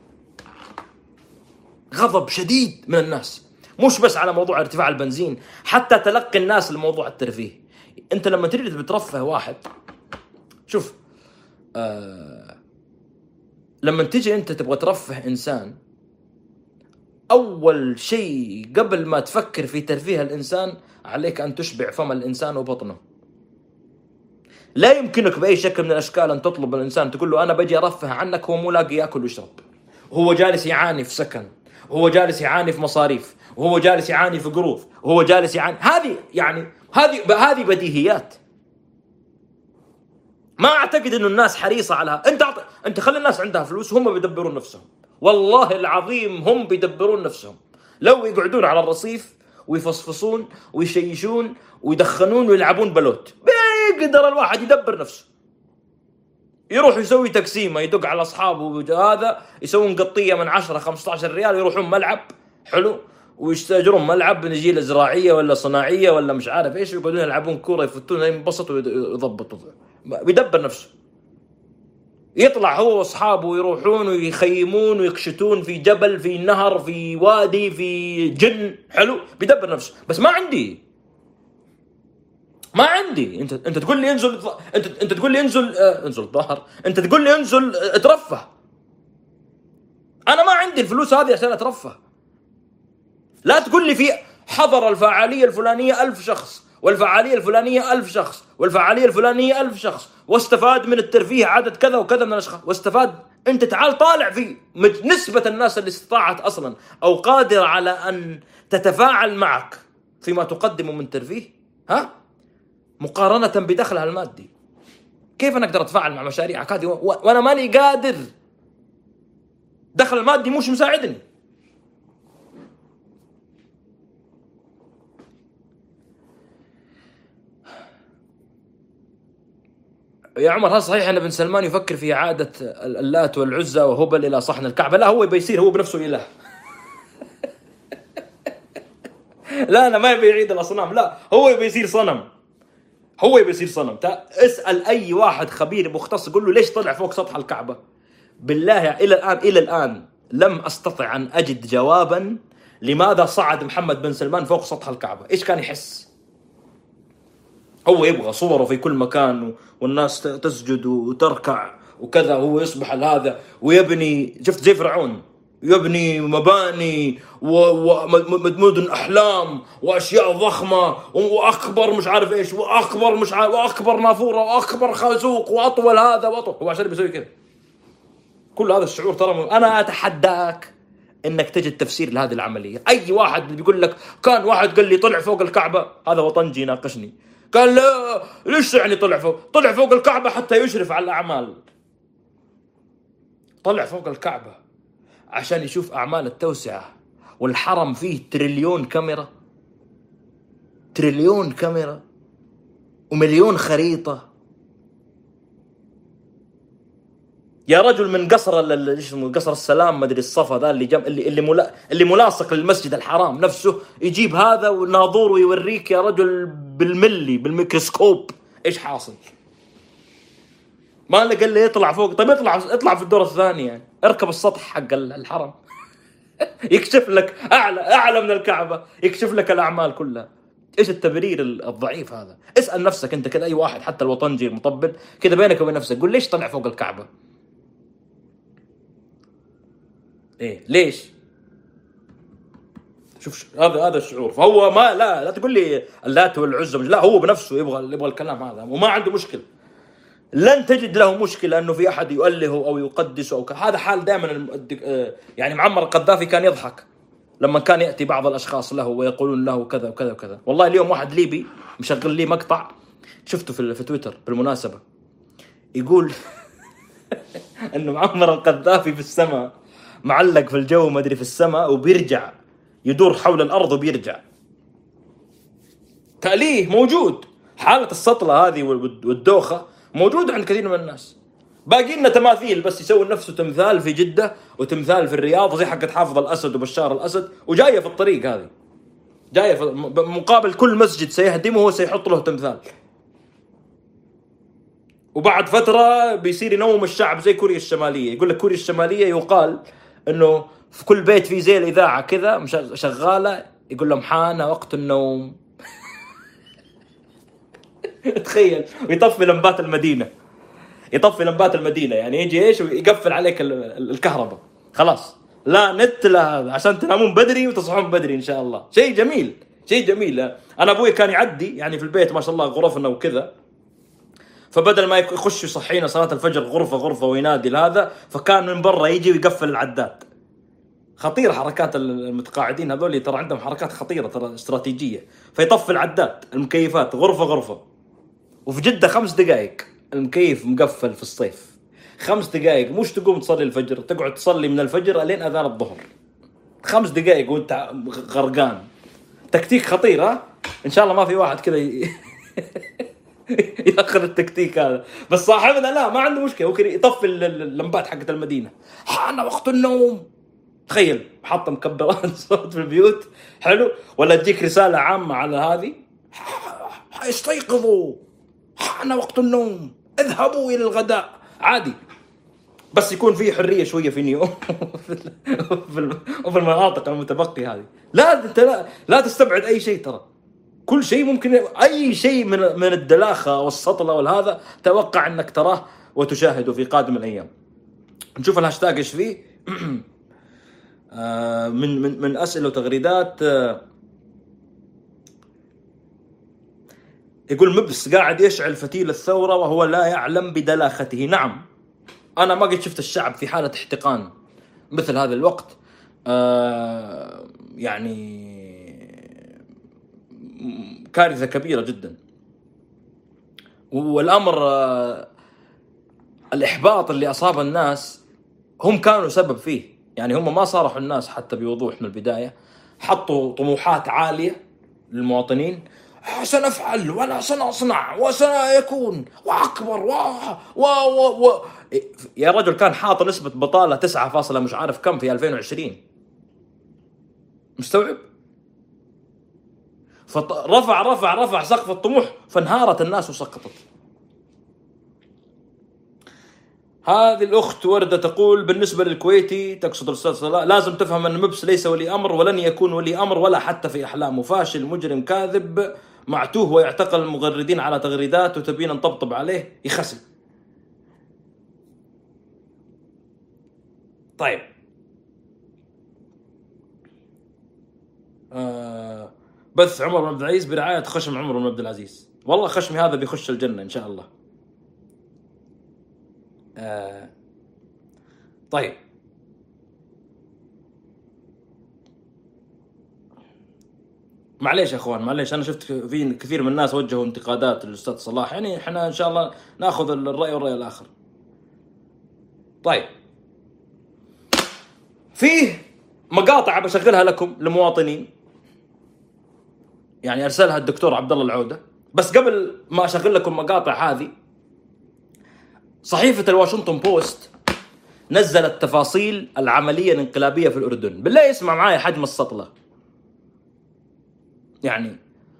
غضب شديد من الناس، مش بس على موضوع ارتفاع البنزين، حتى تلقي الناس لموضوع الترفيه. أنت لما تريد بترفه واحد، شوف لما تيجي أنت تبغى ترفه إنسان، أول شيء قبل ما تفكر في ترفيه الإنسان عليك أن تشبع فم الإنسان وبطنه. لا يمكنك بأي شكل من الأشكال أن تطلب الإنسان تقول له أنا بجي أرفه عنك وهو مو لاقي يأكل ويشرب، وهو جالس يعاني في سكن، وهو جالس يعاني في مصاريف، وهو جالس يعاني في قروض، وهو جالس يعاني. هذه بديهيات. ما أعتقد إنه الناس حريصة على أنت خلي الناس عندها فلوس، هم بيدبرون نفسهم، والله العظيم هم بيدبرون نفسهم. لو يقعدون على الرصيف ويفصفصون ويشيشون ويدخنون ويلعبون بلوت، بيقدر الواحد يدبر نفسه. يروح يسوي تقسيمة، يدق على أصحابه هذا، يسوون قطية من 10-15 ريال، يروحون ملعب حلو ويستأجرون ملعب نجيلة زراعية ولا صناعية ولا مش عارف إيش، ويقعدون يلعبون كورة، يفتون ينبسطوا ويضبطوا. بيدبر نفسه. يطلع هو واصحابه ويروحون ويخيمون ويكشتون في جبل، في نهر، في وادي، في جن حلو، بيدبر نفسه. بس ما عندي انت تقول لي انزل، انت تقول لي انزل الظهر، انت تقول لي انزل اترفه. انا ما عندي الفلوس هذه عشان اترفه. لا تقول لي في حضر الفعالية الفلانية 1000 شخص، والفعالية الفلانية 1000 شخص، والفعالية الفلانية 1000 شخص، واستفاد من الترفيه عدد كذا وكذا من الأشخاص، واستفاد. أنت تعال طالع في نسبة الناس اللي استطاعت أصلا أو قادرة على أن تتفاعل معك فيما تقدم من ترفيه، مقارنة بدخلها المادي. كيف أنا أقدر أتفاعل مع مشاريعك هذه وأنا ماني قادر؟ دخل المادي مش مساعدني. يا عمر، هل صحيح أن ابن سلمان يفكر في إعادة اللات والعزى وهبل إلى صحن الكعبة؟ لا، هو بيصير هو بنفسه إله. لا، أنا ما يبي يعيد الأصنام، لا، هو بيصير صنم. اسأل أي واحد خبير مختص، قل له ليش طلع فوق سطح الكعبة. بالله إلى الآن لم أستطع أن أجد جوابا لماذا صعد محمد بن سلمان فوق سطح الكعبة. إيش كان يحس؟ هو يبغى صوره في كل مكان والناس تسجد وتركع وكذا، هو يصبح هذا ويبني، شفت زي فرعون، يبني مباني ومدن أحلام وأشياء ضخمة وأكبر مش عارف إيش وأكبر نافورة وأكبر خازوق وأطول هذا وأطول، هو عشان بيسوي كذا. كل هذا الشعور ترى أنا أتحداك إنك تجد تفسير لهذه العملية. أي واحد بيقول لك كان واحد قال لي طلع فوق الكعبة، هذا وطنجي ناقشني، قال لا ليش يعني طلع فوق الكعبة حتى يشرف على الأعمال. طلع فوق الكعبة عشان يشوف أعمال التوسعة، والحرم فيه 1,000,000,000 كاميرا، 1,000,000,000 كاميرا ومليون خريطة. يا رجل من قصر السلام مدري الصفا ذا اللي ملاصق للمسجد الحرام نفسه، يجيب هذا وناظور ويوريك يا رجل بالميكروسكوب ايش حاصل. ما قال لي يطلع فوق، طيب اطلع في الدور الثاني، يعني اركب السطح حق الحرم يكشف لك اعلى من الكعبة، يكشف لك الاعمال كلها. ايش التبرير الضعيف هذا؟ اسال نفسك انت كذا، اي واحد حتى الوطنجي المطبل كذا بينك وبين نفسك، قول ليش طلع فوق الكعبه؟ ايه ليش؟ شوف هذا الشعور. فهو ما لا تقول لي اللات والعزى، لا هو بنفسه يبغى الكلام هذا وما عنده مشكله. لن تجد له مشكله انه في احد يؤلهه او يقدسه او هذا حال دائما. يعني معمر القذافي كان يضحك لما كان ياتي بعض الاشخاص له ويقولون له كذا وكذا وكذا. والله اليوم واحد ليبي مشغل لي مقطع شفته في تويتر بالمناسبه، يقول انه معمر القذافي في السماء، معلق في الجو ما ادري في السماء، وبيرجع يدور حول الارض وبيرجع. تأليه موجود، حالة السطلة هذه والدوخة موجودة عند كثير من الناس. باقي لنا تماثيل بس يسوي نفسه تمثال في جدة وتمثال في الرياض زي حقت حافظ الأسد وبشار الأسد، وجاية في الطريق هذه، جاية في مقابل كل مسجد سيهدمه هو سيحط له تمثال. وبعد فترة بيصير ينوم الشعب زي كوريا الشمالية. يقول لك كوريا الشمالية يقال انه في كل بيت في زي الإذاعة كذا شغالة، يقول لهم حان وقت النوم. تخيل، ويطفي لمبات المدينة، يطفي لمبات المدينة، يعني يجي ايش ويقفل عليك الكهرباء، خلاص لا نت لا هذا، عشان تنامون بدري وتصحون بدري ان شاء الله. شيء جميل، شيء جميل. انا ابوي كان يعدي يعني في البيت ما شاء الله غرفنا وكذا، فبدل ما يخش يصحينا صلاة الفجر غرفة غرفة وينادي لهذا، فكان من برا يجي ويقفل العداد. خطيرة حركات المتقاعدين هذول، ترى عندهم حركات خطيرة ترى استراتيجية. فيطفي العداد، المكيفات غرفة غرفة. وفي جدة 5 دقائق المكيف مقفل في الصيف، 5 دقائق مش تقوم تصلي الفجر، تقعد تصلي من الفجر لين أذان الظهر، 5 دقائق وانت غرقان. تكتيك خطير. ها ان شاء الله ما في واحد كذا ياخذ التكتيك هذا. بس صاحبنا لا ما عنده مشكله، ممكن يطفي اللمبات حقت المدينه، حان وقت النوم. تخيل حاط مكبرات صوت في البيوت، حلو. ولا تجيك رساله عامه على هذه، استيقظوا حان وقت النوم، اذهبوا الى الغداء، عادي. بس يكون في حريه شويه في نيو وفي المناطق المتبقيه هذه. لا انت لا تستبعد اي شيء، ترى كل شيء ممكن، اي شيء من الدلاخه والسطله والهذا توقع انك تراه وتشاهده في قادم الايام. نشوف الهاشتاج ايش فيه. من اسئله وتغريدات. يقول مبس قاعد يشعل فتيل الثوره وهو لا يعلم بدلاخته. نعم، انا ما قد شفت الشعب في حاله احتقان مثل هذا الوقت. يعني كارثة كبيرة جدا. والأمر الإحباط اللي أصاب الناس هم كانوا سبب فيه. يعني هم ما صارحوا الناس حتى بوضوح من البداية، حطوا طموحات عالية للمواطنين، سنفعل ولا سنصنع وسيكون وأكبر يا رجل كان حاط نسبة بطالة 9 مش عارف كم في 2020. مستوعب؟ فرفع سقف الطموح، فانهارت الناس وسقطت. هذه الأخت وردة تقول بالنسبة للكويتي، تقصد الأستاذ صلاح، لازم تفهم أن مبس ليس ولي أمر ولن يكون ولي أمر ولا حتى في أحلامه، فاشل مجرم كاذب معتوه ويعتقل المغردين على تغريدات وتبين نطبطب عليه يخسي. طيب بث عمر بن عبد العزيز برعاية خشم عمر بن عبد العزيز. والله خشمي هذا بيخش الجنة إن شاء الله. طيب معليش يا اخوان، معليش، انا شفت في كثير من الناس وجهوا انتقادات للاستاذ صلاح، يعني احنا ان شاء الله ناخذ الرأي والرأي الاخر. طيب فيه مقاطع بشغلها لكم لمواطنين، يعني ارسلها الدكتور عبد الله العودة. بس قبل ما اشغل لكم مقاطع هذه، صحيفة الواشنطن بوست نزلت تفاصيل العملية الانقلابية في الأردن. بالله اسمع معايا حجم السطلة. يعني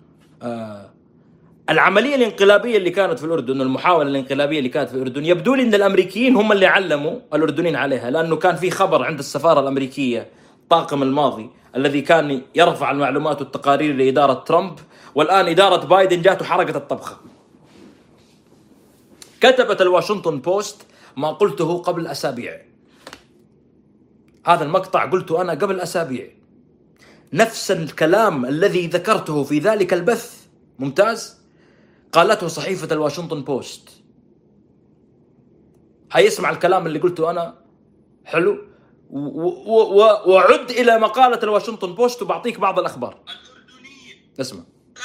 العملية الانقلابية اللي كانت في الأردن، المحاولة الانقلابية اللي كانت في الأردن، يبدو لي أن الأمريكيين هم اللي علموا الأردنيين عليها، لأنه كان في خبر عند السفارة الأمريكية الطاقم الماضي الذي كان يرفع المعلومات والتقارير لإدارة ترامب، والآن إدارة بايدن جاته حركة الطبخة. كتبت الواشنطن بوست ما قلته قبل أسابيع. هذا المقطع قلته أنا قبل أسابيع، نفس الكلام الذي ذكرته في ذلك البث، ممتاز، قالته صحيفة الواشنطن بوست. هيسمع الكلام اللي قلته أنا، حلو، وعد إلى مقالة الواشنطن بوست وبعطيك بعض الأخبار. اسمع.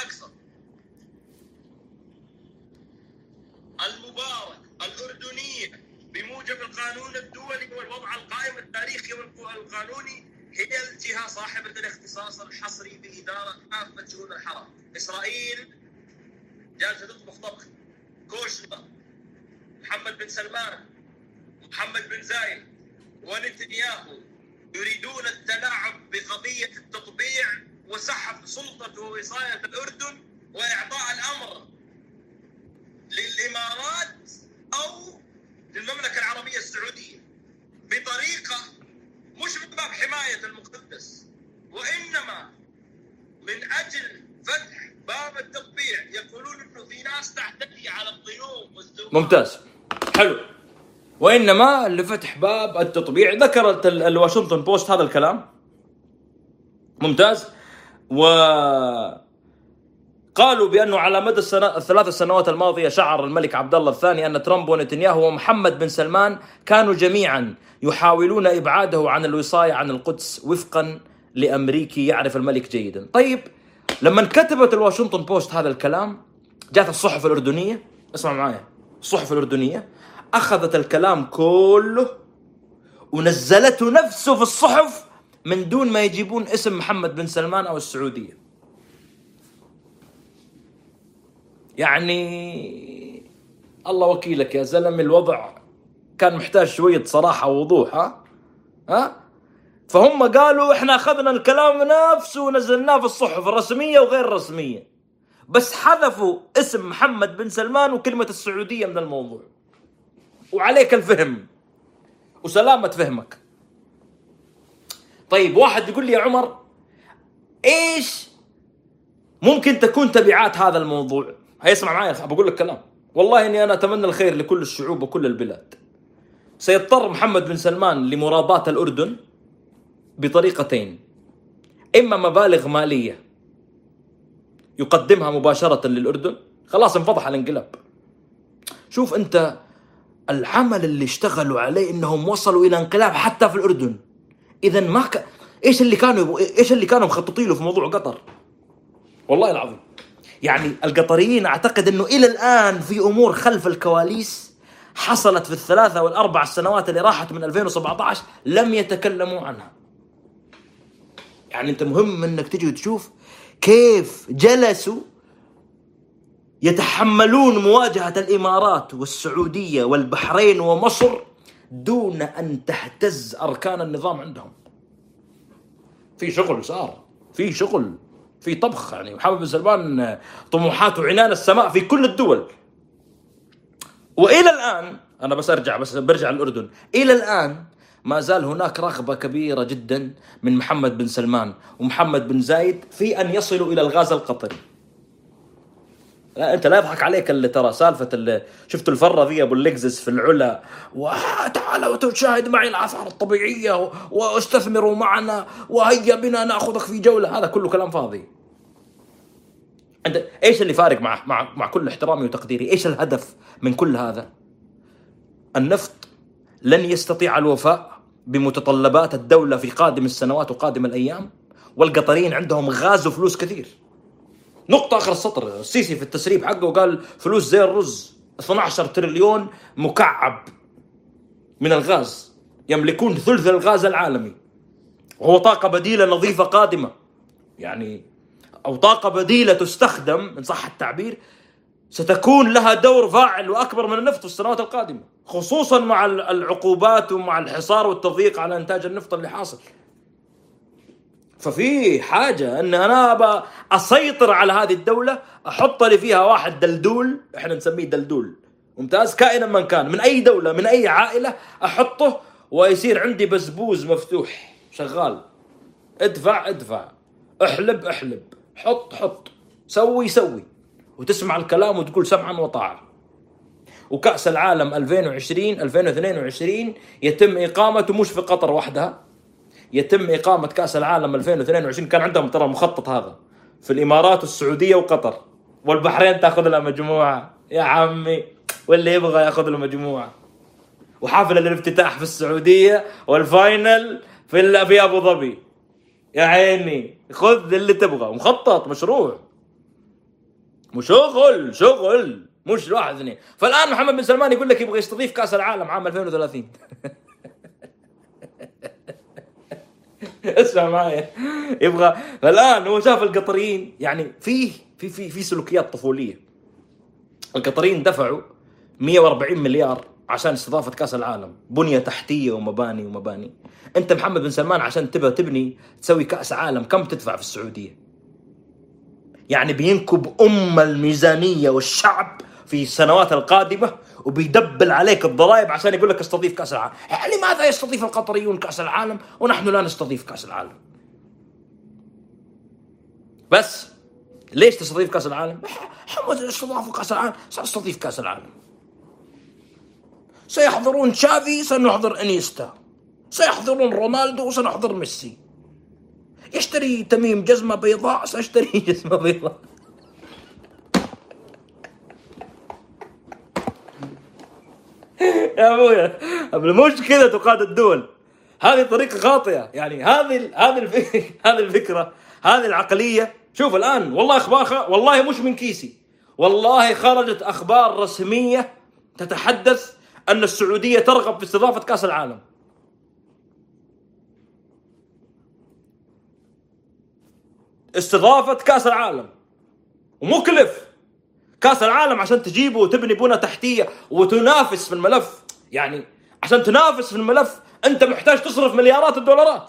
المبارك الأردنية بموجب القانون الدولي والوضع القائم التاريخي والقانوني هي الجهة صاحبة الاختصاص الحصري بإدارة كافة شؤون الحرم. إسرائيل جالسة تطبخ طبخ كوشنر، محمد بن سلمان، محمد بن زايد ونتنياهو يريدون التلاعب بقضية التطبيع وسحب سلطة ووصاية الأردن وإعطاء الأمر للإمارات أو للمملكة العربية السعودية بطريقة مش من باب حماية المقدس، وإنما من أجل فتح باب التطبيع. يقولون إنه في ناس تحتكي على الضيوف والزوار. ممتاز، حلو. وإنما لفتح باب التطبيع. ذكرت الواشنطن بوست هذا الكلام، ممتاز. وقالوا بأنه على مدى الثلاث سنوات الماضية شعر الملك عبد الله الثاني أن ترامب ونتنياهو ومحمد بن سلمان كانوا جميعا يحاولون إبعاده عن الوصاية عن القدس وفقا لأمريكي يعرف الملك جيدا. طيب، لما كتبت الواشنطن بوست هذا الكلام، جاءت الصحف الأردنية، اسمع معايا، الصحف الأردنية أخذت الكلام كله ونزلته نفسه في الصحف من دون ما يجيبون اسم محمد بن سلمان أو السعودية. يعني الله وكيلك يا زلمة، الوضع كان محتاج شوية صراحة ووضوح. ها؟ فهم قالوا احنا أخذنا الكلام نفسه ونزلناه في الصحف الرسمية وغير الرسمية، بس حذفوا اسم محمد بن سلمان وكلمة السعودية من الموضوع. وعليك الفهم وسلامة فهمك. طيب، واحد يقول لي يا عمر ايش ممكن تكون تبعات هذا الموضوع؟ هيسمع معايا، بقول لك كلام والله اني انا اتمنى الخير لكل الشعوب وكل البلاد. سيضطر محمد بن سلمان لمراضاة الأردن بطريقتين: إما مبالغ مالية يقدمها مباشرة للأردن، خلاص انفضح الانقلاب. شوف أنت العمل اللي اشتغلوا عليه إنهم وصلوا إلى انقلاب حتى في الأردن. إذن ما إيش اللي كانوا مخططين له في موضوع قطر؟ والله العظيم يعني القطريين أعتقد إنه إلى الآن في أمور خلف الكواليس حصلت في الثلاثة والأربع سنوات اللي راحت من 2017 لم يتكلموا عنها. يعني أنت مهم إنك تجي تشوف كيف جلسوا يتحملون مواجهة الإمارات والسعودية والبحرين ومصر دون أن تهتز أركان النظام عندهم. في شغل صار، في شغل، في طبخ. يعني محمد بن سلمان طموحاته عنان السماء في كل الدول. وإلى الآن أنا برجع للأردن، إلى الآن ما زال هناك رغبة كبيرة جدا من محمد بن سلمان ومحمد بن زايد في أن يصلوا إلى الغاز القطري. لا أنت لا يضحك عليك اللي ترى سالفة اللي شفتوا الفرة ذي أبو الليكزس في العلا وتعالوا وتشاهد معي الآثار الطبيعية واستثمروا معنا وهيا بنا نأخذك في جولة، هذا كله كلام فاضي. أنت إيش اللي فارق مع كل احترامي وتقديري؟ إيش الهدف من كل هذا؟ النفط لن يستطيع الوفاء بمتطلبات الدولة في قادم السنوات وقادم الأيام، والقطريين عندهم غاز وفلوس كثير. نقطة آخر السطر، السيسي في التسريب حقه قال فلوس زي الرز، 12 تريليون مكعب من الغاز، يملكون ثلث الغاز العالمي، وهو طاقة بديلة نظيفة قادمة، يعني أو طاقة بديلة تستخدم إن صح التعبير، ستكون لها دور فاعل وأكبر من النفط في السنوات القادمة، خصوصا مع العقوبات ومع الحصار والتضييق على إنتاج النفط اللي حاصل. ففي حاجة أن أنا أسيطر على هذه الدولة، أحط لي فيها واحد دلدول، إحنا نسميه دلدول، ممتاز، كائنا من كان، من أي دولة، من أي عائلة، أحطه ويصير عندي بزبوز مفتوح شغال. ادفع، احلب، حط، سوي، وتسمع الكلام وتقول سمعا وطاعة. وكأس العالم 2022 يتم إقامته مش في قطر وحدها، يتم إقامة كأس العالم 2022 كان عندهم ترى مخطط هذا في الإمارات والسعودية وقطر والبحرين، تأخذ لها مجموعة يا عمي، واللي يبغى يأخذ له مجموعة. وحافل الافتتاح في السعودية والفاينل في أبو ظبي. يا عيني خذ اللي تبغى، مخطط، مشروع، شغل مش واحد اثنين. فالآن محمد بن سلمان يقول لك يبغى يستضيف كأس العالم عام 2030. اسمع معي، يبغى. فالآن هو شاف القطريين يعني في سلوكيات طفولية. القطريين دفعوا 140 مليار عشان استضافة كأس العالم، بنية تحتية ومباني. انت محمد بن سلمان عشان تبني تسوي كأس عالم كم تدفع في السعودية؟ يعني بينكب الميزانية والشعب في السنوات القادمة، وبيدبل عليك الضرائب عشان يقول لك استضيف كأس العالم. لماذا يستضيف القطريون كأس العالم ونحن لا نستضيف كأس العالم؟ بس ليش تستضيف كأس العالم؟ حمد استضافوا كأس العالم، سنستضيف كأس العالم. سيحضرون تشافي، سنحضر انيستا. سيحضرون رونالدو، وسنحضر ميسي. يشتري تميم جزمة بيضاء، سأشتري جزمة بيضاء. يا أبويا مش كذا تقاد الدول، هذه طريقة خاطئة. يعني هذه الفكرة، هذه العقلية. شوف الآن والله أخبار، والله مش من كيسي، والله خرجت أخبار رسمية تتحدث أن السعودية ترغب في استضافة كأس العالم. استضافة كأس العالم ومكلف. كأس العالم عشان تجيبه وتبني بنى تحتية وتنافس في الملف، يعني عشان تنافس في الملف أنت محتاج تصرف مليارات الدولارات.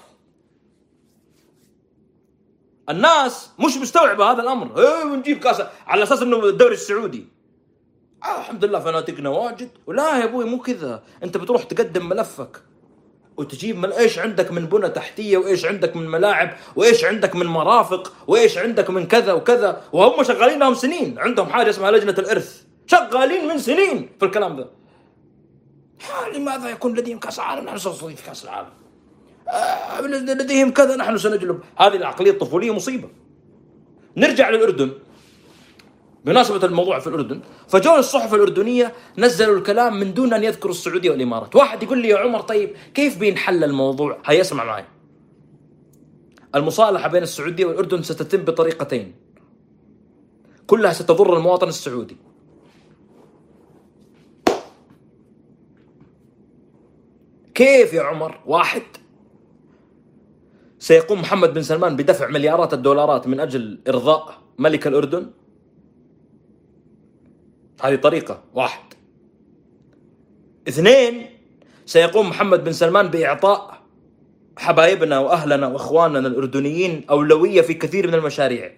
الناس مش مستوعبة هذا الأمر. ونجيب كأس على أساس أنه الدوري السعودي الحمد لله فنادقنا واجد. ولا يا أبوي مو كذا. أنت بتروح تقدم ملفك وتجيب ايش عندك من بنى تحتية، وايش عندك من ملاعب، وايش عندك من مرافق، وايش عندك من كذا وكذا. وهم شغالين لهم سنين، عندهم حاجة اسمها لجنة الإرث، شغالين من سنين في الكلام ده. لماذا يكون لديهم كأس العالم نحن سنستضيف كأس العالم؟ لديهم كذا نحن سنجلب. هذه العقلية الطفولية مصيبة. نرجع للأردن بمناسبة الموضوع في الأردن. فجاء الصحف الأردنية نزلوا الكلام من دون أن يذكروا السعودية والإمارات. واحد يقول لي يا عمر طيب كيف بينحل الموضوع؟ هيا اسمع معي. المصالحة بين السعودية والأردن ستتم بطريقتين كلها ستضر المواطن السعودي. كيف يا عمر؟ واحد، سيقوم محمد بن سلمان بدفع مليارات الدولارات من أجل إرضاء ملك الأردن. هذه طريقة واحد. اثنين، سيقوم محمد بن سلمان بإعطاء حبايبنا وأهلنا وأخواننا الأردنيين أولوية في كثير من المشاريع.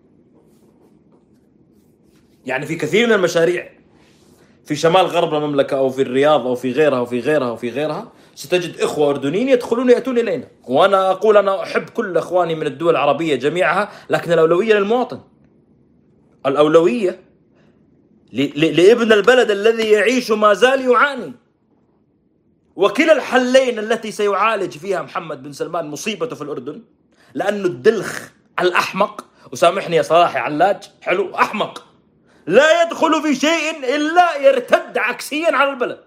يعني في كثير من المشاريع في شمال غرب المملكة أو في الرياض أو في غيرها وفي غيرها وفي غيرها ستجد إخوة أردنيين يأتون إلينا. وأنا أقول أنا أحب كل أخواني من الدول العربية جميعها، لكن الأولوية للمواطن، الأولوية لابن البلد الذي يعيش ما زال يعاني. وكلا الحلين التي سيعالج فيها محمد بن سلمان مصيبته في الأردن، لأنه الدلخ الأحمق، وسامحني يا صلاحي علاج حلو، أحمق لا يدخل في شيء إلا يرتد عكسيا على البلد.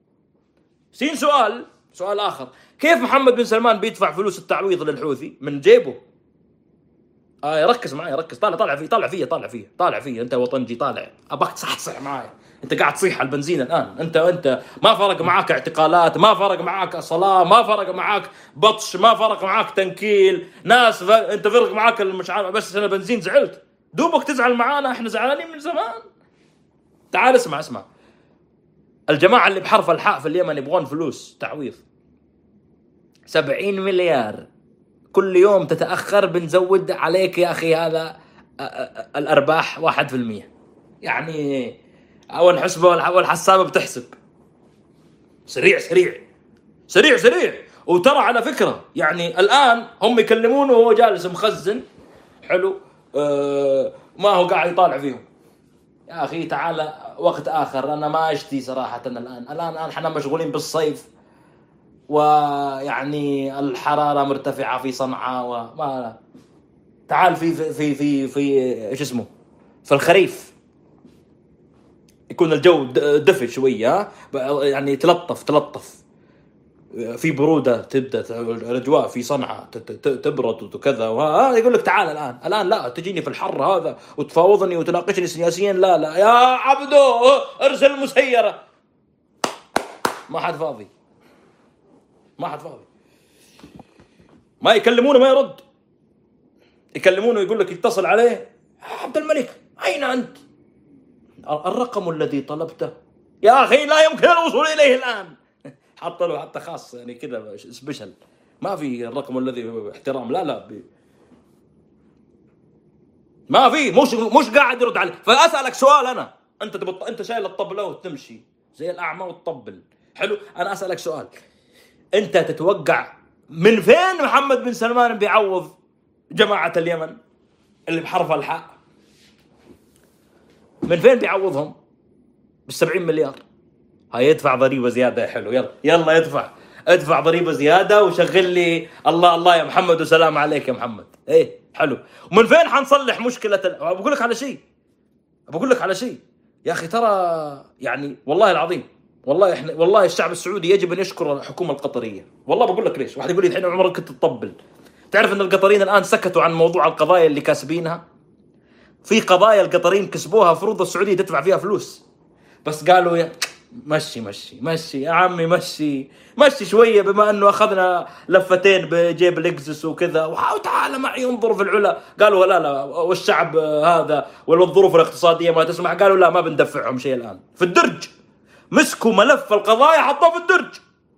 سؤال آخر، كيف محمد بن سلمان بيدفع فلوس التعويض للحوثي من جيبه؟ ركز معي، ركز، طالع فيه انت وطنجي، طالع اباك تصحصح معي. انت قاعد تصيح على البنزين الان. انت ما فرق معاك اعتقالات، ما فرق معاك صلاة، ما فرق معاك بطش، ما فرق معاك تنكيل ناس، انت فرق معاك مش عارف بس انا بنزين زعلت. دوبك تزعل معانا، احنا زعلانين من زمان. تعال اسمع الجماعة اللي بحرف الحاء في اليمن يبغون فلوس تعويض 70 مليار كل يوم تتأخر بنزود عليك يا أخي. هذا الأرباح 1%. يعني أول حسبة والحسابة بتحسب سريع. وترى على فكرة يعني الآن هم يكلمونه وهو جالس مخزن حلو، ما هو قاعد يطالع فيهم. يا أخي تعال وقت آخر، أنا ما أشتي صراحة. الآن احنا مشغولين بالصيف، ويعني الحرارة مرتفعة في صنعاء وما. تعال في ايش اسمه، في الخريف يكون الجو دفء شوية، يعني تلطف في برودة، تبدأ الأجواء في صنعاء تبرد وكذا، يقول لك تعال الآن لا تجيني في الحر هذا وتفاوضني وتناقشني سياسيا، لا يا عبدو ارسل المسيرة. ما حد فاضي، ما يكلمونه ما يرد، يكلمونه يقول لك اتصل عليه عبد الملك أين أنت؟ الرقم الذي طلبته يا أخي لا يمكن الوصول إليه الآن. حط له حتى خاص يعني كذا سبيشل، ما في الرقم الذي احترام، لا ما في، مش قاعد يرد عليه. فأسألك سؤال أنا، أنت شايل الطبلة وتمشي زي الأعمى وتطبل حلو. أنا أسألك سؤال، أنت تتوقع من فين محمد بن سلمان بيعوض جماعة اليمن اللي بحرف الحاء؟ من فين بيعوضهم؟ ب70 مليار. هاي يدفع ضريبة زيادة يا حلو، يلا ادفع ضريبة زيادة وشغل لي الله يا محمد وسلام عليك يا محمد. ايه حلو. ومن فين حنصلح مشكلة بقول لك على شيء يا أخي، ترى يعني والله العظيم، والله الشعب السعودي يجب أن يشكر الحكومة القطرية. والله بقول لك ليش. واحد يقول لي الحين عمرك كنت تطبل. تعرف أن القطريين الآن سكتوا عن موضوع القضايا اللي كاسبينها؟ في قضايا القطريين كسبوها فروض السعودية تدفع فيها فلوس، بس قالوا يا مشي يا عمي، مشي شوية، بما أنه أخذنا لفتين بجيب الإكزس وكذا، وتعال معي انظر في العلا. قالوا لا والشعب هذا والظروف الاقتصادية ما تسمح، قالوا لا ما بندفعهم شيء الآن. في الدرج مسكوا ملف القضايا حطوه في الدرج،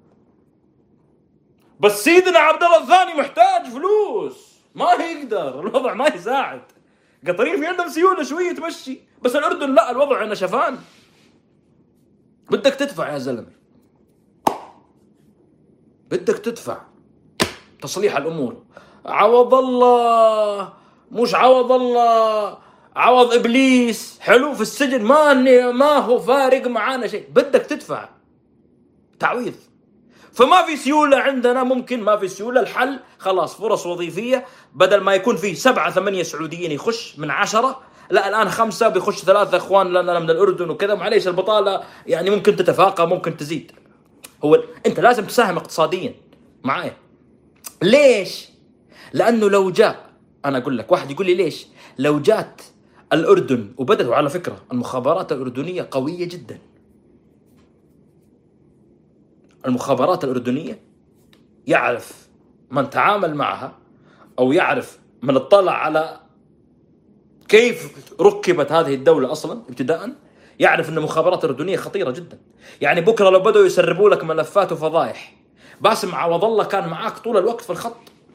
بس سيدنا عبد الله الثاني محتاج فلوس، ما يقدر، الوضع ما يساعد. قطرين في عندهم سيولة شوية تمشي، بس الأردن لا، الوضع هنا شفان. بدك تدفع يا زلمة، بدك تدفع تصليح الأمور. عوض الله، مش عوض الله، عوض إبليس حلو في السجن، ما هو فارق معانا شيء. بدك تدفع تعويض. فما في سيولة عندنا، ممكن ما في سيولة. الحل خلاص فرص وظيفية، بدل ما يكون فيه 7-8 سعوديين يخش من 10، لا الآن 5 بيخش 3 إخوان لنا من الأردن وكذا. معليش البطالة يعني ممكن تتفاقم، ممكن تزيد. أنت لازم تساهم اقتصاديا معايا. ليش؟ لأنه لو جاء، أنا أقول لك، واحد يقول لي ليش؟ لو جات الأردن وبدأوا، على فكرة المخابرات الأردنية قوية جدا. المخابرات الأردنية يعرف من تعامل معها، أو يعرف من اطلع على كيف ركبت هذه الدولة أصلا ابتداء، يعرف أن المخابرات الأردنية خطيرة جدا. يعني بكرة لو بدأوا يسربوا لك ملفات وفضائح، باسم عوض الله كان معاك طول الوقت في الخط.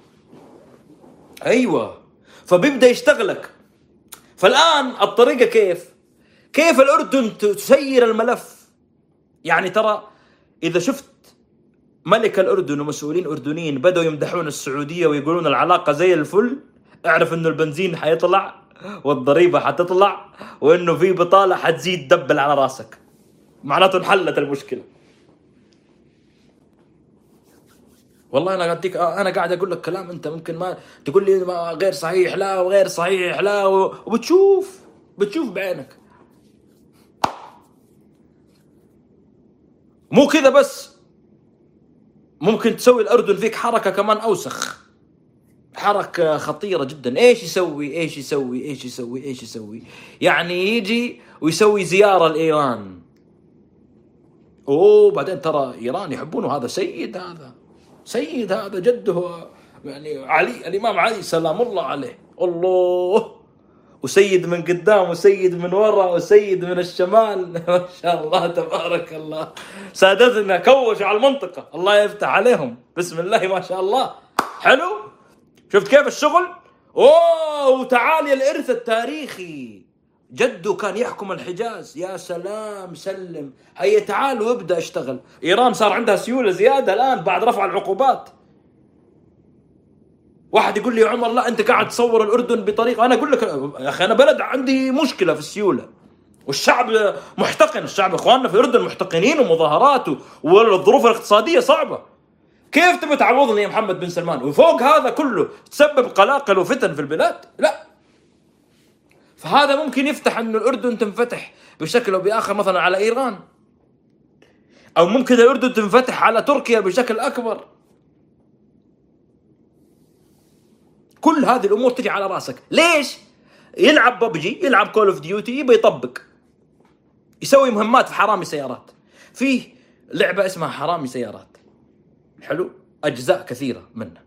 أيوة، فبيبدأ يشتغلك. فالآن الطريقة كيف الأردن تسير الملف. يعني ترى إذا شفت ملك الأردن ومسؤولين أردنيين بدأوا يمدحون السعودية ويقولون العلاقة زي الفل، اعرف أنه البنزين حيطلع والضريبة حتطلع، وأنه في بطالة حتزيد دبل على راسك. معناته انحلت المشكلة. والله أنا قاعد أقول لك كلام أنت ممكن ما تقول لي ما غير صحيح، لا وغير صحيح لا، وبتشوف بعينك. مو كذا بس، ممكن تسوي الأردن فيك حركة كمان أوسخ، حركة خطيرة جدا. إيش يسوي؟ يعني يجي ويسوي زيارة لإيران. بعدين ترى إيران يحبونه، هذا سيد هذا جده يعني علي، الإمام علي سلام الله عليه، الله، وسيد من قدام وسيد من وراء وسيد من الشمال. ما شاء الله تبارك الله، سادتنا كوشوا على المنطقة، الله يفتح عليهم، بسم الله ما شاء الله. حلو، شفت كيف الشغل؟ وتعالي الإرث التاريخي، جده كان يحكم الحجاز. يا سلام، سلم، هيا تعال وابدأ اشتغل. إيران صار عندها سيولة زيادة الآن بعد رفع العقوبات. واحد يقول لي يا عمر لا أنت قاعد تصور الأردن بطريقة، أنا أقول لك يا أخي أنا بلد عندي مشكلة في السيولة، والشعب محتقن، الشعب إخواننا في الأردن محتقنين ومظاهرات والظروف الاقتصادية صعبة. كيف تبي تعوضني يا محمد بن سلمان وفوق هذا كله تسبب قلاقل وفتن في البلاد؟ لا. فهذا ممكن يفتح أن الأردن تنفتح بشكل أو بآخر مثلا على إيران، أو ممكن الأردن تنفتح على تركيا بشكل أكبر. كل هذه الأمور تجي على راسك. ليش؟ يلعب ببجي، يلعب كول اوف ديوتي، يبي يطبق، يسوي مهمات في حرامي سيارات. فيه لعبة اسمها حرامي سيارات، حلو، أجزاء كثيرة منها.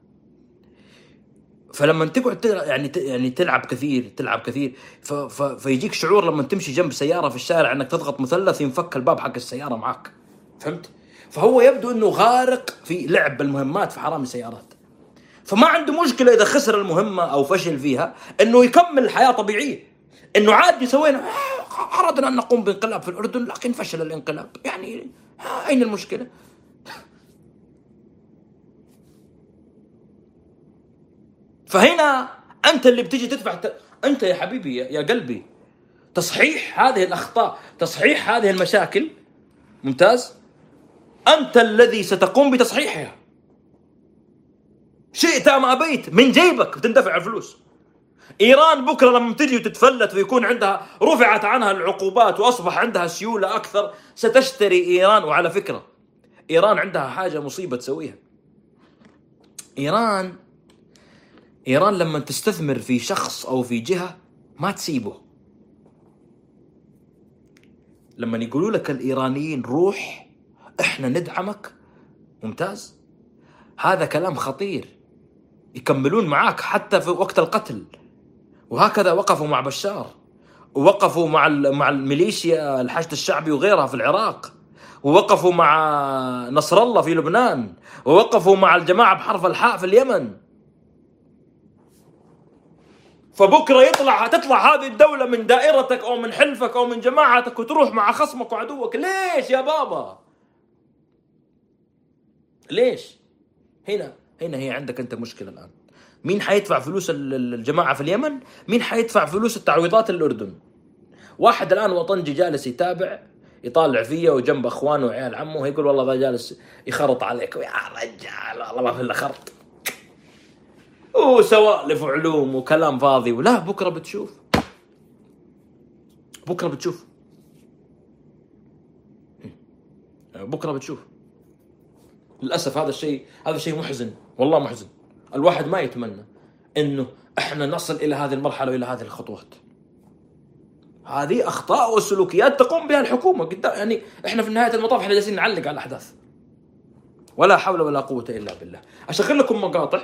فلما تقعد يعني تلعب كثير فيجيك شعور لما تمشي جنب سيارة في الشارع انك تضغط مثلث ينفك الباب حق السيارة معك، فهمت؟ فهو يبدو انه غارق في لعب المهمات في حرامي السيارات، فما عنده مشكلة اذا خسر المهمة او فشل فيها انه يكمل الحياة طبيعية. انه عادي سوينا اردنا ان نقوم بانقلاب في الاردن لكن فشل الانقلاب، يعني اين المشكلة؟ فهنا أنت اللي بتيجي تدفع أنت يا حبيبي يا قلبي تصحيح هذه الأخطاء، تصحيح هذه المشاكل، ممتاز، أنت الذي ستقوم بتصحيحها شئت أم أبيت، من جيبك بتندفع الفلوس. إيران بكرة لما تجي وتتفلت ويكون عندها رفعت عنها العقوبات وأصبح عندها سيولة أكثر ستشتري إيران. وعلى فكرة إيران عندها حاجة مصيبة تسويها. إيران لما تستثمر في شخص أو في جهة ما تسيبه. لما يقولوا لك الإيرانيين روح إحنا ندعمك، ممتاز، هذا كلام خطير، يكملون معاك حتى في وقت القتل. وهكذا وقفوا مع بشار، ووقفوا مع الميليشيا الحشد الشعبي وغيرها في العراق، ووقفوا مع نصر الله في لبنان، ووقفوا مع الجماعة بحرف الحاء في اليمن. فبكرة تطلع هذه الدولة من دائرتك أو من حلفك أو من جماعتك وتروح مع خصمك وعدوك. ليش يا بابا؟ ليش؟ هنا هي عندك أنت مشكلة الآن. مين حيدفع فلوس الجماعة في اليمن؟ مين حيدفع فلوس التعويضات للأردن؟ واحد الآن وطنجي جالس يتابع، يطالع فيه وجنب أخوانه وعيال عمه، يقول والله ذا جالس يخرط عليك. يا رجال والله ما في إلا خرط وسوالف وعلوم وكلام فاضي. ولا بكرة بتشوف بكرة بتشوف. للأسف هذا الشيء محزن، والله محزن. الواحد ما يتمنى إنه إحنا نصل إلى هذه المرحلة وإلى هذه الخطوات. هذه أخطاء وسلوكيات تقوم بها الحكومة قدام. يعني إحنا في نهاية المطاف إحنا جالسين نعلق على الأحداث. ولا حول ولا قوة إلا بالله. أشغل لكم مقاطع.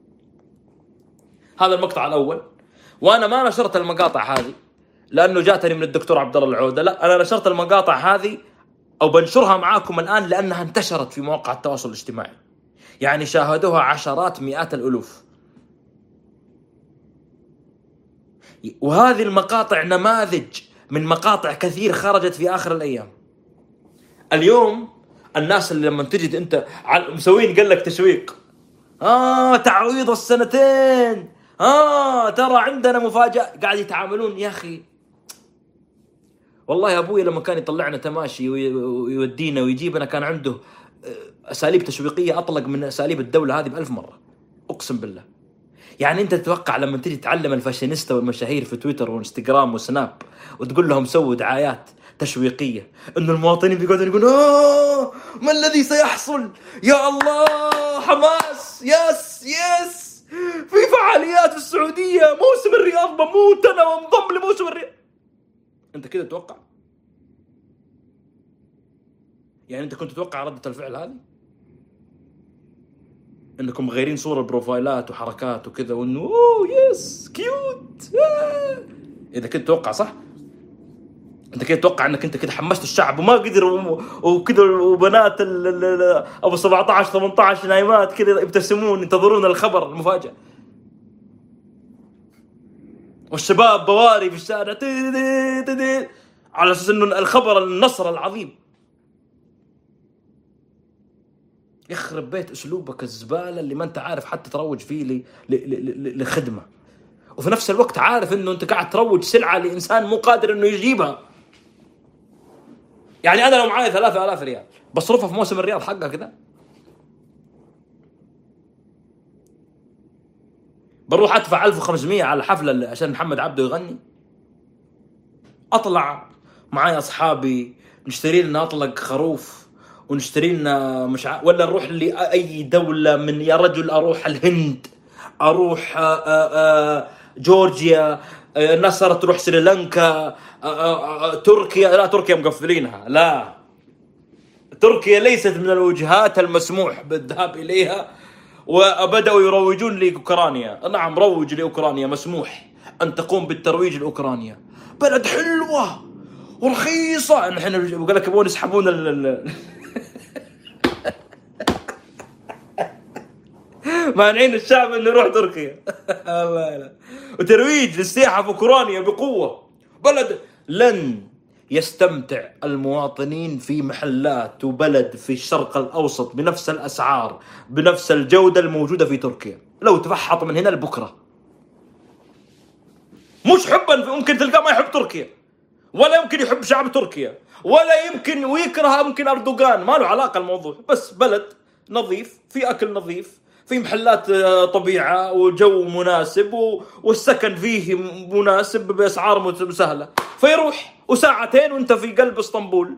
هذا المقطع الأول، وأنا ما نشرت المقاطع هذه لأنه جاتني من الدكتور عبد الله العودة، لا، أنا نشرت المقاطع هذه أو بنشرها معاكم الآن لأنها انتشرت في مواقع التواصل الاجتماعي، يعني شاهدوها عشرات مئات الألوف. وهذه المقاطع نماذج من مقاطع كثير خرجت في آخر الأيام. اليوم الناس اللي لما تجد أنت مسوين قال لك تشويق، تعويض السنتين، ترى عندنا مفاجأة، قاعد يتعاملون. يا أخي والله يا أبوي لما كان يطلعنا تماشي ويودينا ويجيبنا كان عنده أساليب تشويقية أطلق من أساليب الدولة هذه ب1000 مرة، أقسم بالله. يعني أنت تتوقع لما تيجي تعلم الفاشينيستا والمشاهير في تويتر وإنستغرام وسناب وتقول لهم سووا دعايات تشويقية إنه المواطنين بيقعدون يقولون ما الذي سيحصل؟ يا الله حماس، يس في فعاليات في السعودية، موسم الرياض بموت أنا وانضم لموسم الرياض. أنت كده تتوقع؟ يعني أنت كنت تتوقع ردة الفعل هذه؟ انكم مغيرين صورة بروفايلات وحركات وكذا وانه يس كيوت. اذا كنت تتوقع صح، انت كده تتوقع انك انت كده حمست الشعب وما قدر وكذا، وبنات ابو 17 18 نايمات كذا يبتسمون ينتظرون الخبر المفاجئ. والشباب بواري في الشارع على اساس انه الخبر النصر العظيم. يخرب بيت اسلوبك الزباله اللي ما انت عارف حتى تروج فيه لخدمه، وفي نفس الوقت عارف انه انت قاعد تروج سلعه لانسان مو قادر انه يجيبها. يعني انا لو معايا 3000 ريال بصرفها في موسم الرياض حقها كذا، بروح ادفع 1500 على حفله عشان محمد عبده يغني؟ اطلع معايا اصحابي نشتري لنا اطلق خروف ونشتري لنا ولا نروح لاي دوله من، يا رجل اروح الهند، اروح جورجيا، الناس صارت تروح سريلانكا، تركيا. لا تركيا مقفلينها، لا تركيا ليست من الوجهات المسموح بالذهاب اليها، وبدأوا يروجون لأوكرانيا. نعم روج لأوكرانيا، مسموح أن تقوم بالترويج لأوكرانيا، بلد حلوة ورخيصة. نحن بقول لك يبغون يسحبون مانعين الشعب انه يروح تركيا. لا. وترويج للسياحة في أوكرانيا بقوة. بلد لن يستمتع المواطنين في محلات وبلد في الشرق الأوسط بنفس الأسعار بنفس الجودة الموجودة في تركيا لو تفحط من هنا لبكرة. مش حبا، ممكن تلقى ما يحب تركيا، ولا يمكن يحب شعب تركيا، ولا يمكن ويكره ممكن أردوغان، ما له علاقة الموضوع. بس بلد نظيف، في أكل نظيف، في محلات طبيعة وجو مناسب والسكن فيه مناسب بأسعار سهلة، فيروح وساعتين وانت في قلب اسطنبول.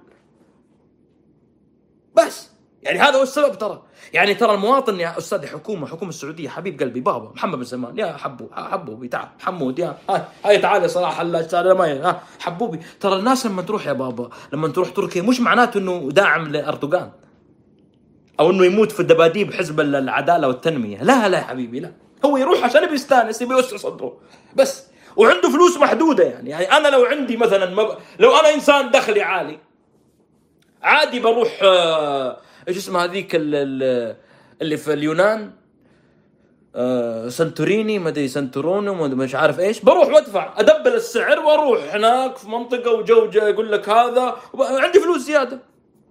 بس يعني هذا هو السبب. ترى المواطن يا أستاذ، حكومة السعودية، حبيب قلبي بابا محمد بن سلمان، يا حبوبي تعال حمود، يا هاي تعال يا صلاح الله حبوبي. ترى الناس لما تروح يا بابا، لما تروح تركيا مش معناته انه داعم لأردوغان او انه يموت في الدباديب حزب العداله والتنميه. لا يا حبيبي، لا، هو يروح عشان بيستانس، يوسع صدره بس، وعنده فلوس محدوده. يعني انا لو عندي مثلا لو انا انسان دخلي عالي عادي بروح ايش اسمها هذيك اللي في اليونان، سنتوريني، ما ادري سنتورونو، مش عارف ايش، بروح وادفع ادبل السعر واروح هناك في منطقه وجو يقول لك هذا عندي فلوس زياده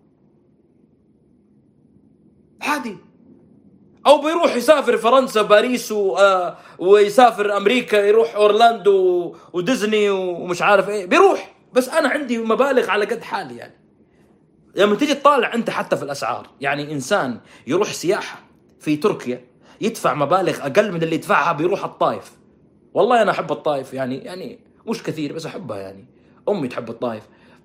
عادي. او بيروح يسافر فرنسا باريس ويسافر امريكا، يروح اورلاندو وديزني ومش عارف ايه، بيروح. بس انا عندي مبالغ على قد حالي. يعني لما تيجي تطالع انت حتى في الاسعار، يعني انسان يروح سياحه في تركيا يدفع مبالغ اقل من اللي يدفعها بيروح الطائف. والله انا احب الطائف، يعني مش كثير بس احبها. يعني امي تحب الطائف.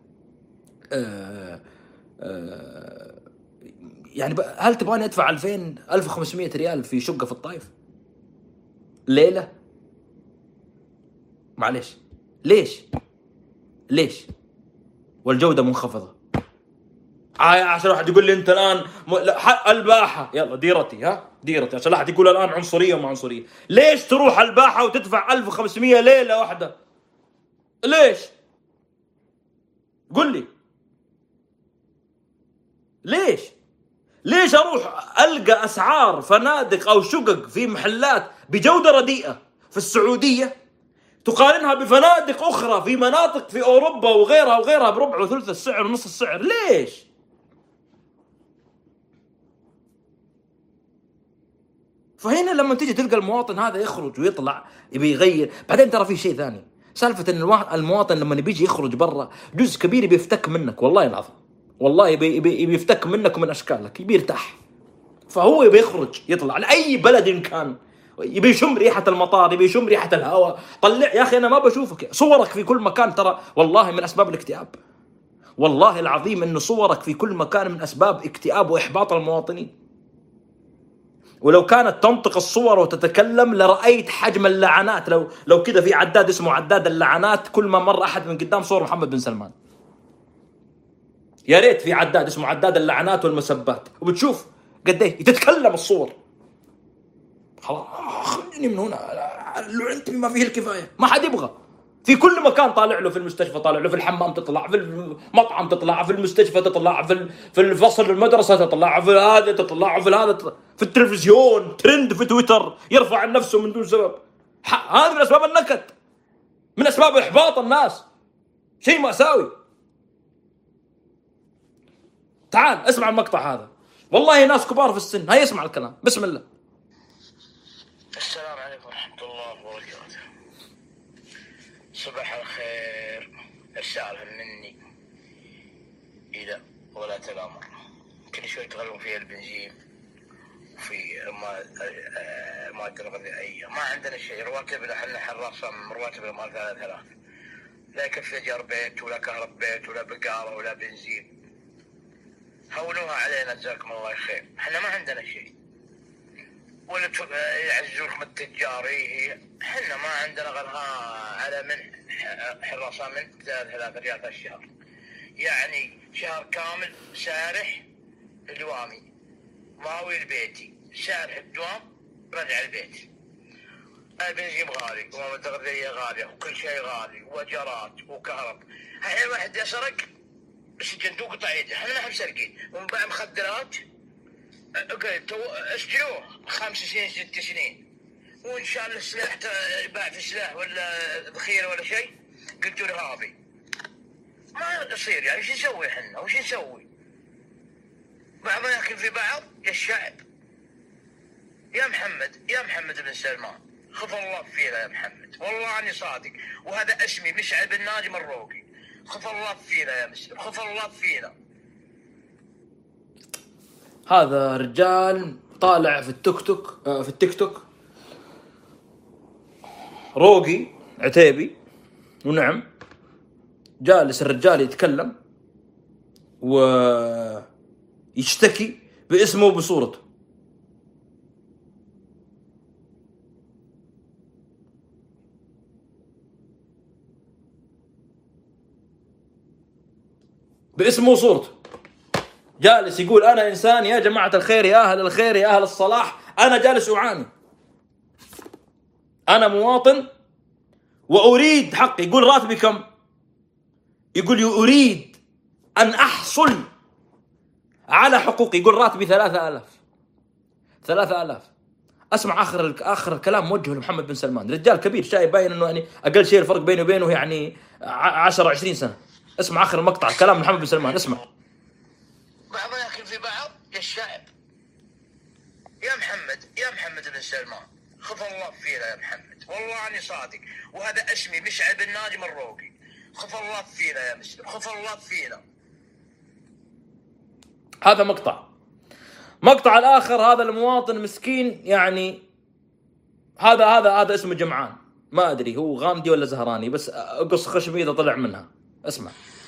يعني هل تبغاني ادفع 2500 ريال في شقة في الطائف ليلة؟ معليش، ليش والجودة منخفضة؟ عشان واحد يقول لي انت الان الباحة، يلا ديرتي عشان واحد يقول الان عنصرية وما عنصرية. ليش تروح الباحة وتدفع 1500 ليلة واحدة؟ قل لي ليش اروح القى اسعار فنادق او شقق في محلات بجودة رديئة في السعودية تقارنها بفنادق اخرى في مناطق في اوروبا وغيرها بربع وثلث السعر ونص السعر؟ ليش؟ فهنا لما تيجي تلقى المواطن هذا يخرج ويطلع يبي يغير. بعدين ترى في شيء ثاني، سالفة ان المواطن لما بيجي يخرج برا جزء كبير بيفتك منك، والله العظيم، والله بيفتك منك ومن اشكالك، يبي يرتاح. فهو يبي يخرج يطلع لاي بلد إن كان، يبي يشم ريحة المطار، يبي يشم ريحة الهواء. طلع يا اخي، انا ما بشوفك صورك في كل مكان، ترى والله من اسباب الاكتئاب. والله العظيم انه صورك في كل مكان من اسباب اكتئاب واحباط المواطنين. ولو كانت تنطق الصور وتتكلم لرأيت حجم اللعنات. لو كذا في عداد اسمه عداد اللعنات، كل ما مر احد من قدام صور محمد بن سلمان، يا ريت في عداد اسمه عداد اللعنات والمسبات، وبتشوف قد ايه تتكلم الصور. خلاص خليني من هنا، لعنت بما فيه الكفايه، ما حد يبغى. في كل مكان طالع له، في المستشفى طالع له، في الحمام تطلع، في المطعم تطلع، في المستشفى تطلع، في الفصل المدرسه تطلع، في هذا تطلع، في التلفزيون ترند، في تويتر يرفع عن نفسه من دون سبب. هذه من اسباب النكد. من أسباب إحباط الناس، شيء مأساوي. تعال اسمع المقطع هذا، والله ناس كبار في السن، هيا اسمع الكلام. بسم الله. السلام عليكم ورحمة الله وبركاته. صباح الخير. رسالة مني إلى ولاة الأمر، كل شوي تغلون فيها البنزين وفي المواد الغذائية. ما عندنا شيء، رواتبنا احنا حراصة من رواتبنا مال 3000، لا يكفي إيجار بيت ولا كهرب بيت ولا بقالة ولا بنزين. هونوها علينا جزاكم الله خير، احنا ما عندنا شيء. ولا يعزوكم التجار. احنا ما عندنا غيرها على من حراسة من 3000 ريال في الشهر، يعني شهر كامل سارح دوامي، ضاوي لبيتي، سارح الدوام، رجع البيت. البنزين غالي ومواد الغذائية غالية وكل شيء غالي وجرات وكهرب. الحين واحد يسرق سجن قطع يده، احنا ما احنا مسرقين، ونباع مخدرات قلت اسجنوه 5 سنين 6 سنين، وان شاء الله السلاح باع في سلاح ولا ذخيره ولا شيء قلتوا ارهابي. ما يصير يعني، وش نسوي احنا؟ وش نسوي؟ بعضنا ياكل في بعض يا الشعب. يا محمد بن سلمان، خف الله فينا يا محمد، والله اني صادق، وهذا اسمي مشعل بن ناجم الروقي. خف الله فينا يا مسلم، خف الله فينا. هذا رجال طالع في التيك توك روقي عتيبي، ونعم جالس الرجال يتكلم ويشتكي باسمه وبصورته. باسمه وصورته جالس يقول أنا إنسان يا جماعة الخير، يا أهل الخير، يا أهل الصلاح، أنا جالس أعاني، أنا مواطن وأريد حقي. يقول راتبي كم؟ يقول أريد أن أحصل على حقوقي. يقول راتبي 3000. أسمع آخر الكلام موجه لمحمد بن سلمان، رجال كبير شايب، باين إنه يعني أقل شيء الفرق بينه وبينه يعني 10-20 سنة. اسمع آخر المقطع كلام محمد بن سلمان، اسمع. بعضنا ياكل في بعض يا الشعب. يا محمد بن سلمان، خف الله فينا يا محمد، والله اني صادق، وهذا اسمي مشعل بن ناجم الروقي. خف الله فينا يا مسلم، خف الله فينا. هذا مقطع الآخر، هذا المواطن مسكين يعني، هذا اسمه جمعان، ما أدري هو غامدي ولا زهراني، بس قص خشمي إذا طلع منها. اسمع.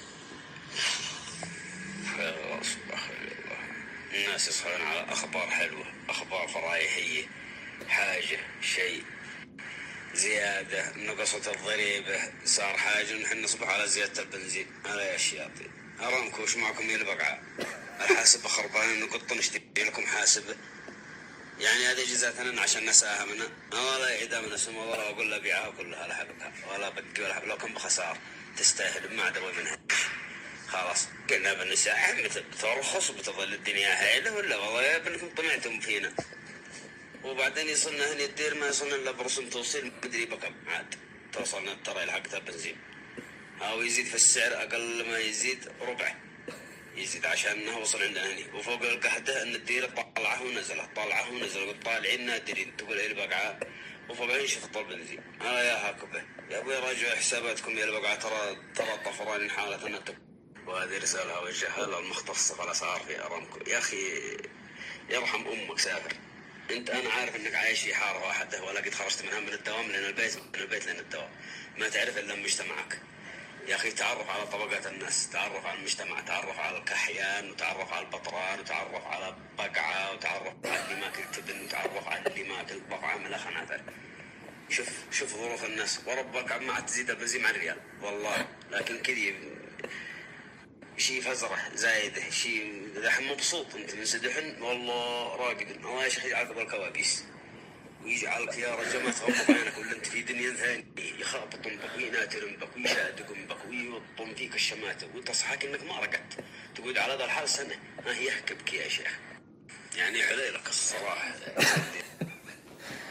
الناس يصحون على أخبار حلوة، أخبار فرايحية، حاجة شيء زيادة، نقصت الضريبة، صار حاجة نحن نصبح على زيادة البنزين. هذا يا الشياطين، أرامكو وش معكم يا البقعة؟ الحاسبة خربانة، نقط نشتري لكم حاسبة، يعني هذه جزاتنا عشان نساها منها. ولا يعيدها من اسمه، ولا أقول له بيعها كلها لحبكها، ولا بقي ولا حبك، لو كان بخسارة تستاهل، ما عدوي منها. خلاص قلنا بالنساء بترخص وبتظل الدنيا هايلة، ولا والله بانكم طمعتم فينا. وبعدين يصلنا هني الدير ما يصلنا الا برسم توصيل مدري بكم عاد توصلنا ترى الى حق البنزين، او يزيد في السعر، اقل ما يزيد ربع يزيد عشان انه وصل عندنا هني. وفوق القحده ان الدير طالعه ونزلت طالعين نادرين، تقول ايه البقعه وفوق شفط البنزين. يا هاكبه يا ابوي، راجعوا حساباتكم يا البقعه، ترى طفران حاله انها. وهذه رسالة أوجهها للمختصة في الأسعار في أرامكو. يا أخي يرحم أمك سافر، أنا عارف أنك عايش في حارة واحدة، ولا قد خرجت منها من الدوام لين البيت، من البيت لين الدوام، ما تعرف إلا مجتمعك. يا أخي تعرف على طبقات الناس، تعرف على المجتمع، تعرف على الكحيان، وتعرف على البطران، وتعرف على بقعة، وتعرف على اللي ماكل تبن، وتعرف على اللي ماكل بقعة من الخناتر. شوف ظروف الناس، وربك ما تزيد البنزين مع الريال والله، لكن كذي شيء فزرة زايدة، شيء دحين مبسوط انت من سدحن، والله راقد. الله يا شيخ يجعلك بالكوابيس، ويجعلك يا رجل ما تغمض عينك، ولا انت في دنيا ثانية، يخابطن بك ويناترن بك ويشادقن بك ويوطن فيك الشماتة، وتصحك انك ما رقدت، تقعد على ذا الحال سنة ما هي يحكي بك يا شيخ. يعني حليلك الصراحة.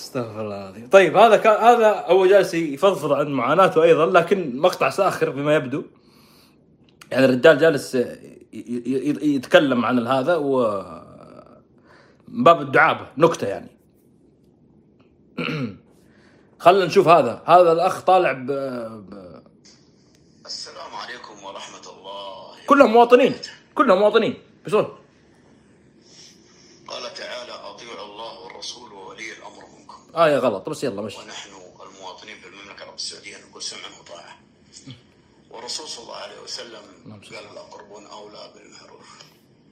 استغفر الله العظيم. طيب هذا هو جالس يفضفض عن معاناته ايضا، لكن مقطع ساخر بما يبدو. يعني الرجال جالس يتكلم عن هذا و من باب الدعابة، نكتة يعني. خلنا نشوف هذا الأخ طالع السلام عليكم ورحمة الله. كلهم مواطنين بصوت. قال تعالى: أطيعوا الله والرسول وولي الأمر منكم. آية غلط بس يلا مش. ونحن المواطنين في المملكة العربية السعودية نقول سمعا وطاعة. والرسول صلى الله عليه وسلم قال: الأقربون أولى بالمعروف.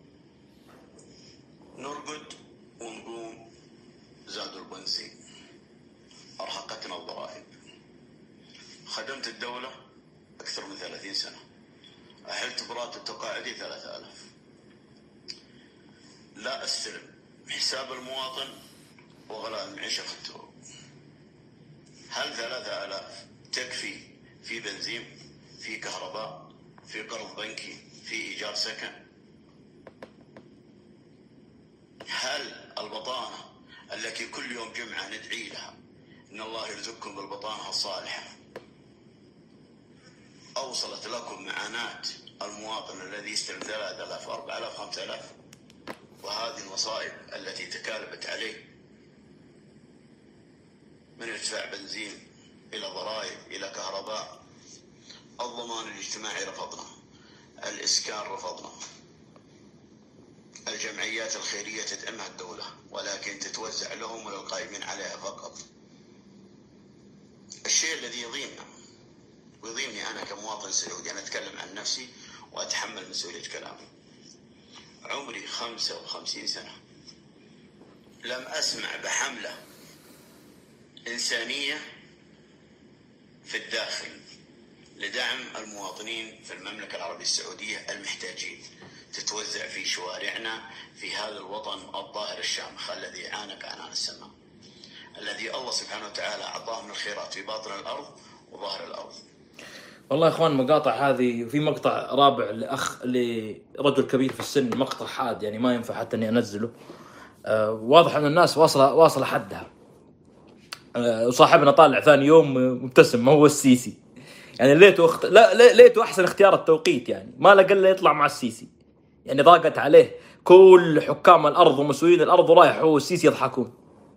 نرقد ونقوم زادوا البنزين، أرهقتنا الضرائب. خدمت الدولة أكثر من 30 سنة، أحلت براتب تقاعدي 3000. لا أستلم حساب المواطن وغلاء المعيشة أخذته. هل 3000 تكفي في بنزين، في كهرباء، في قرض بنكي، في إيجار سكن؟ هل البطانة التي كل يوم جمعة ندعي لها إن الله يرزقكم بالبطانة الصالحة أوصلت لكم معاناة المواطن الذي يستلم 3000 4000 5000؟ وهذه المصائب التي تكالبت عليه من ارتفاع بنزين إلى ضرائب إلى كهرباء. الضمان الاجتماعي رفضنا، الإسكان رفضنا، الجمعيات الخيرية تدعمها الدولة ولكن تتوزع لهم وللقائمين عليها فقط. الشيء الذي يضيمني أنا كمواطن سعودي، أنا أتكلم عن نفسي وأتحمل مسؤولية كلامي. عمري 55 سنة، لم أسمع بحملة إنسانية في الداخل لدعم المواطنين في المملكة العربية السعودية المحتاجين تتوزع في شوارعنا في هذا الوطن الظاهر الشامخ الذي عانق عنان السماء، الذي الله سبحانه وتعالى أعطاه من الخيرات في باطن الأرض وظاهر الأرض. والله يا اخوان مقاطع هذه، وفي مقطع رابع لرجل كبير في السن، مقطع حاد يعني ما ينفع حتى اني انزله. واضح ان الناس واصله حدها. وصاحبنا طالع ثاني يوم مبتسم، ما هو السيسي يعني. ليته احسن اختيار التوقيت يعني، ما لقى الا يطلع مع السيسي يعني. ضاقت عليه كل حكام الارض ومسؤولين الارض ورايح هو السيسي يضحكون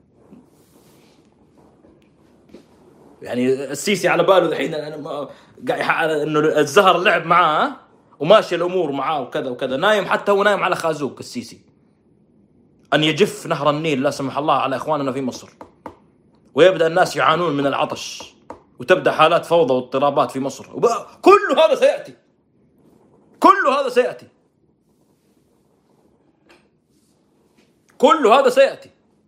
يعني. السيسي على باله الحين انه الزهر لعب معاه وماشي الامور معاه وكذا وكذا. نايم، حتى هو نايم على خازوق السيسي ان يجف نهر النيل لا سمح الله على اخواننا في مصر، ويبدا الناس يعانون من العطش، وتبدا حالات فوضى واضطرابات في مصر. كل هذا سياتي، كل هذا سياتي.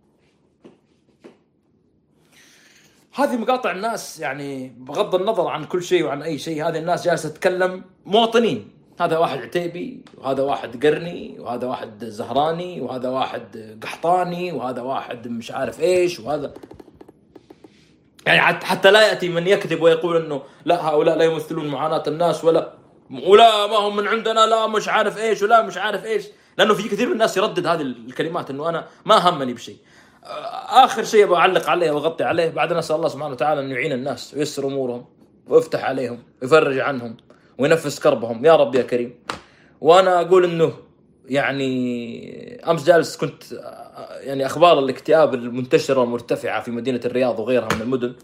هذه مقاطع الناس يعني، بغض النظر عن كل شيء وعن أي شيء، هذه الناس جالسة تتكلم مواطنين. هذا واحد عتيبي، وهذا واحد قرني، وهذا واحد زهراني، وهذا واحد قحطاني، وهذا واحد مش عارف إيش، وهذا يعني حتى لا يأتي من يكذب ويقول إنه لا هؤلاء لا يمثلون معاناة الناس، ولا ما هم من عندنا، لا مش عارف إيش ولا مش عارف إيش. لأنه في كثير من الناس يردد هذه الكلمات، إنه أنا ما همني بشيء. آخر شيء بعلق عليه وأغطي عليه، بعد نسأل الله سبحانه وتعالى أن يعين الناس ويسر أمورهم ويفتح عليهم ويفرج عنهم وينفس كربهم يا رب يا كريم. وأنا أقول إنه يعني أمس جالس كنت يعني أخبار الاكتئاب المنتشرة والمرتفعة في مدينة الرياض وغيرها من المدن.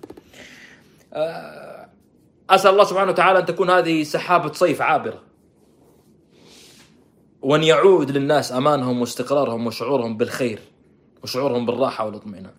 أسأل الله سبحانه وتعالى أن تكون هذه سحابة صيف عابرة، وأن يعود للناس أمانهم واستقرارهم وشعورهم بالخير وشعورهم بالراحة والاطمئنان.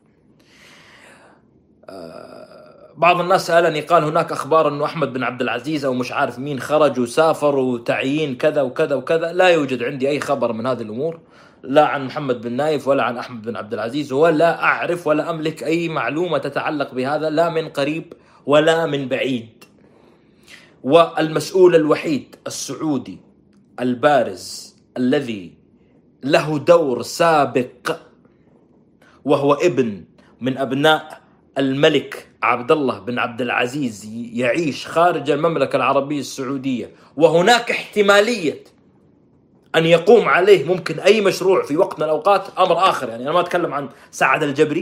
بعض الناس سألني قال هناك أخبار أنه أحمد بن عبد العزيز أو مش عارف مين خرج وسافر وتعيين كذا وكذا وكذا. لا يوجد عندي أي خبر من هذه الأمور، لا عن محمد بن نايف ولا عن أحمد بن عبد العزيز، ولا أعرف ولا أملك أي معلومة تتعلق بهذا، لا من قريب ولا من بعيد. والمسؤول الوحيد السعودي البارز الذي له دور سابق وهو ابن من أبناء الملك عبد الله بن عبد العزيز يعيش خارج المملكة العربية السعودية، وهناك احتمالية أن يقوم عليه ممكن أي مشروع في وقت من الأوقات، أمر آخر يعني. أنا ما أتكلم عن سعد الجبري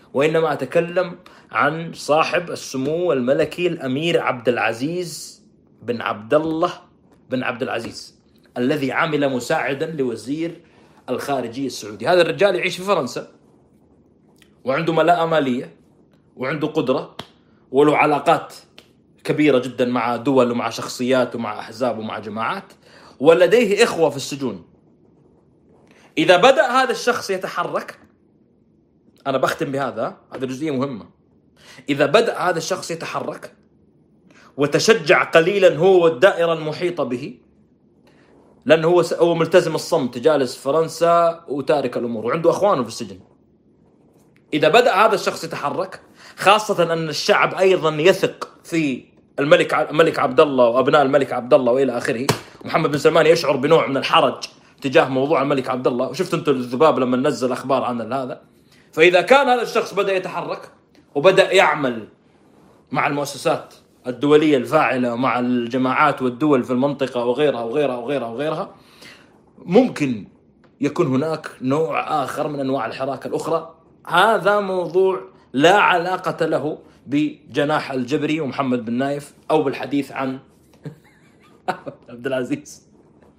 وإنما أتكلم عن صاحب السمو الملكي الأمير عبد العزيز بن عبد الله بن عبد العزيز، الذي عمل مساعدا لوزير الخارجية السعودي. هذا الرجال يعيش في فرنسا وعنده ملاءة مالية وعنده قدرة وله علاقات كبيرة جدا مع دول ومع شخصيات ومع أحزاب ومع جماعات، ولديه إخوة في السجون. إذا بدأ هذا الشخص يتحرك، أنا بختم بهذا، هذا جزئية مهمة، إذا بدأ هذا الشخص يتحرك وتشجع قليلا هو والدائرة المحيطة به، لأنه هو ملتزم الصمت، جالس في فرنسا وتارك الأمور وعنده أخوانه في السجن. إذا بدأ هذا الشخص يتحرك، خاصة أن الشعب أيضا يثق في الملك عبد الله وأبناء الملك عبد الله وإلى آخره، محمد بن سلمان يشعر بنوع من الحرج تجاه موضوع الملك عبد الله، وشفت أنتم الذباب لما نزل أخبار عن هذا. فإذا كان هذا الشخص بدأ يتحرك وبدأ يعمل مع المؤسسات الدولية الفاعلة ومع الجماعات والدول في المنطقة وغيرها وغيرها وغيرها وغيرها، ممكن يكون هناك نوع آخر من أنواع الحراك الأخرى. هذا موضوع لا علاقة له بجناح الجبري ومحمد بن نايف أو بالحديث عن عبد العزيز.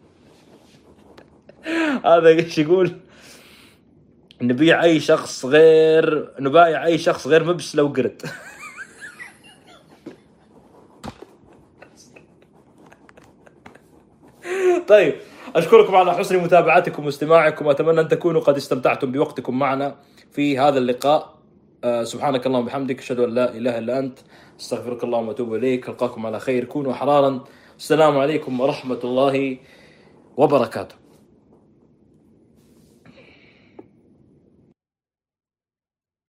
هذا ايش يقول؟ نبايع أي شخص غير مبس لو قرد. طيب، أشكركم على حسن متابعتكم واستماعكم، وأتمنى أن تكونوا قد استمتعتم بوقتكم معنا في هذا اللقاء. سبحانك اللهم وبحمدك، أشهد أن لا إله إلا أنت، استغفرك اللهم وأتوب إليك. ألقاكم على خير، كونوا حرارا. السلام عليكم ورحمة الله وبركاته.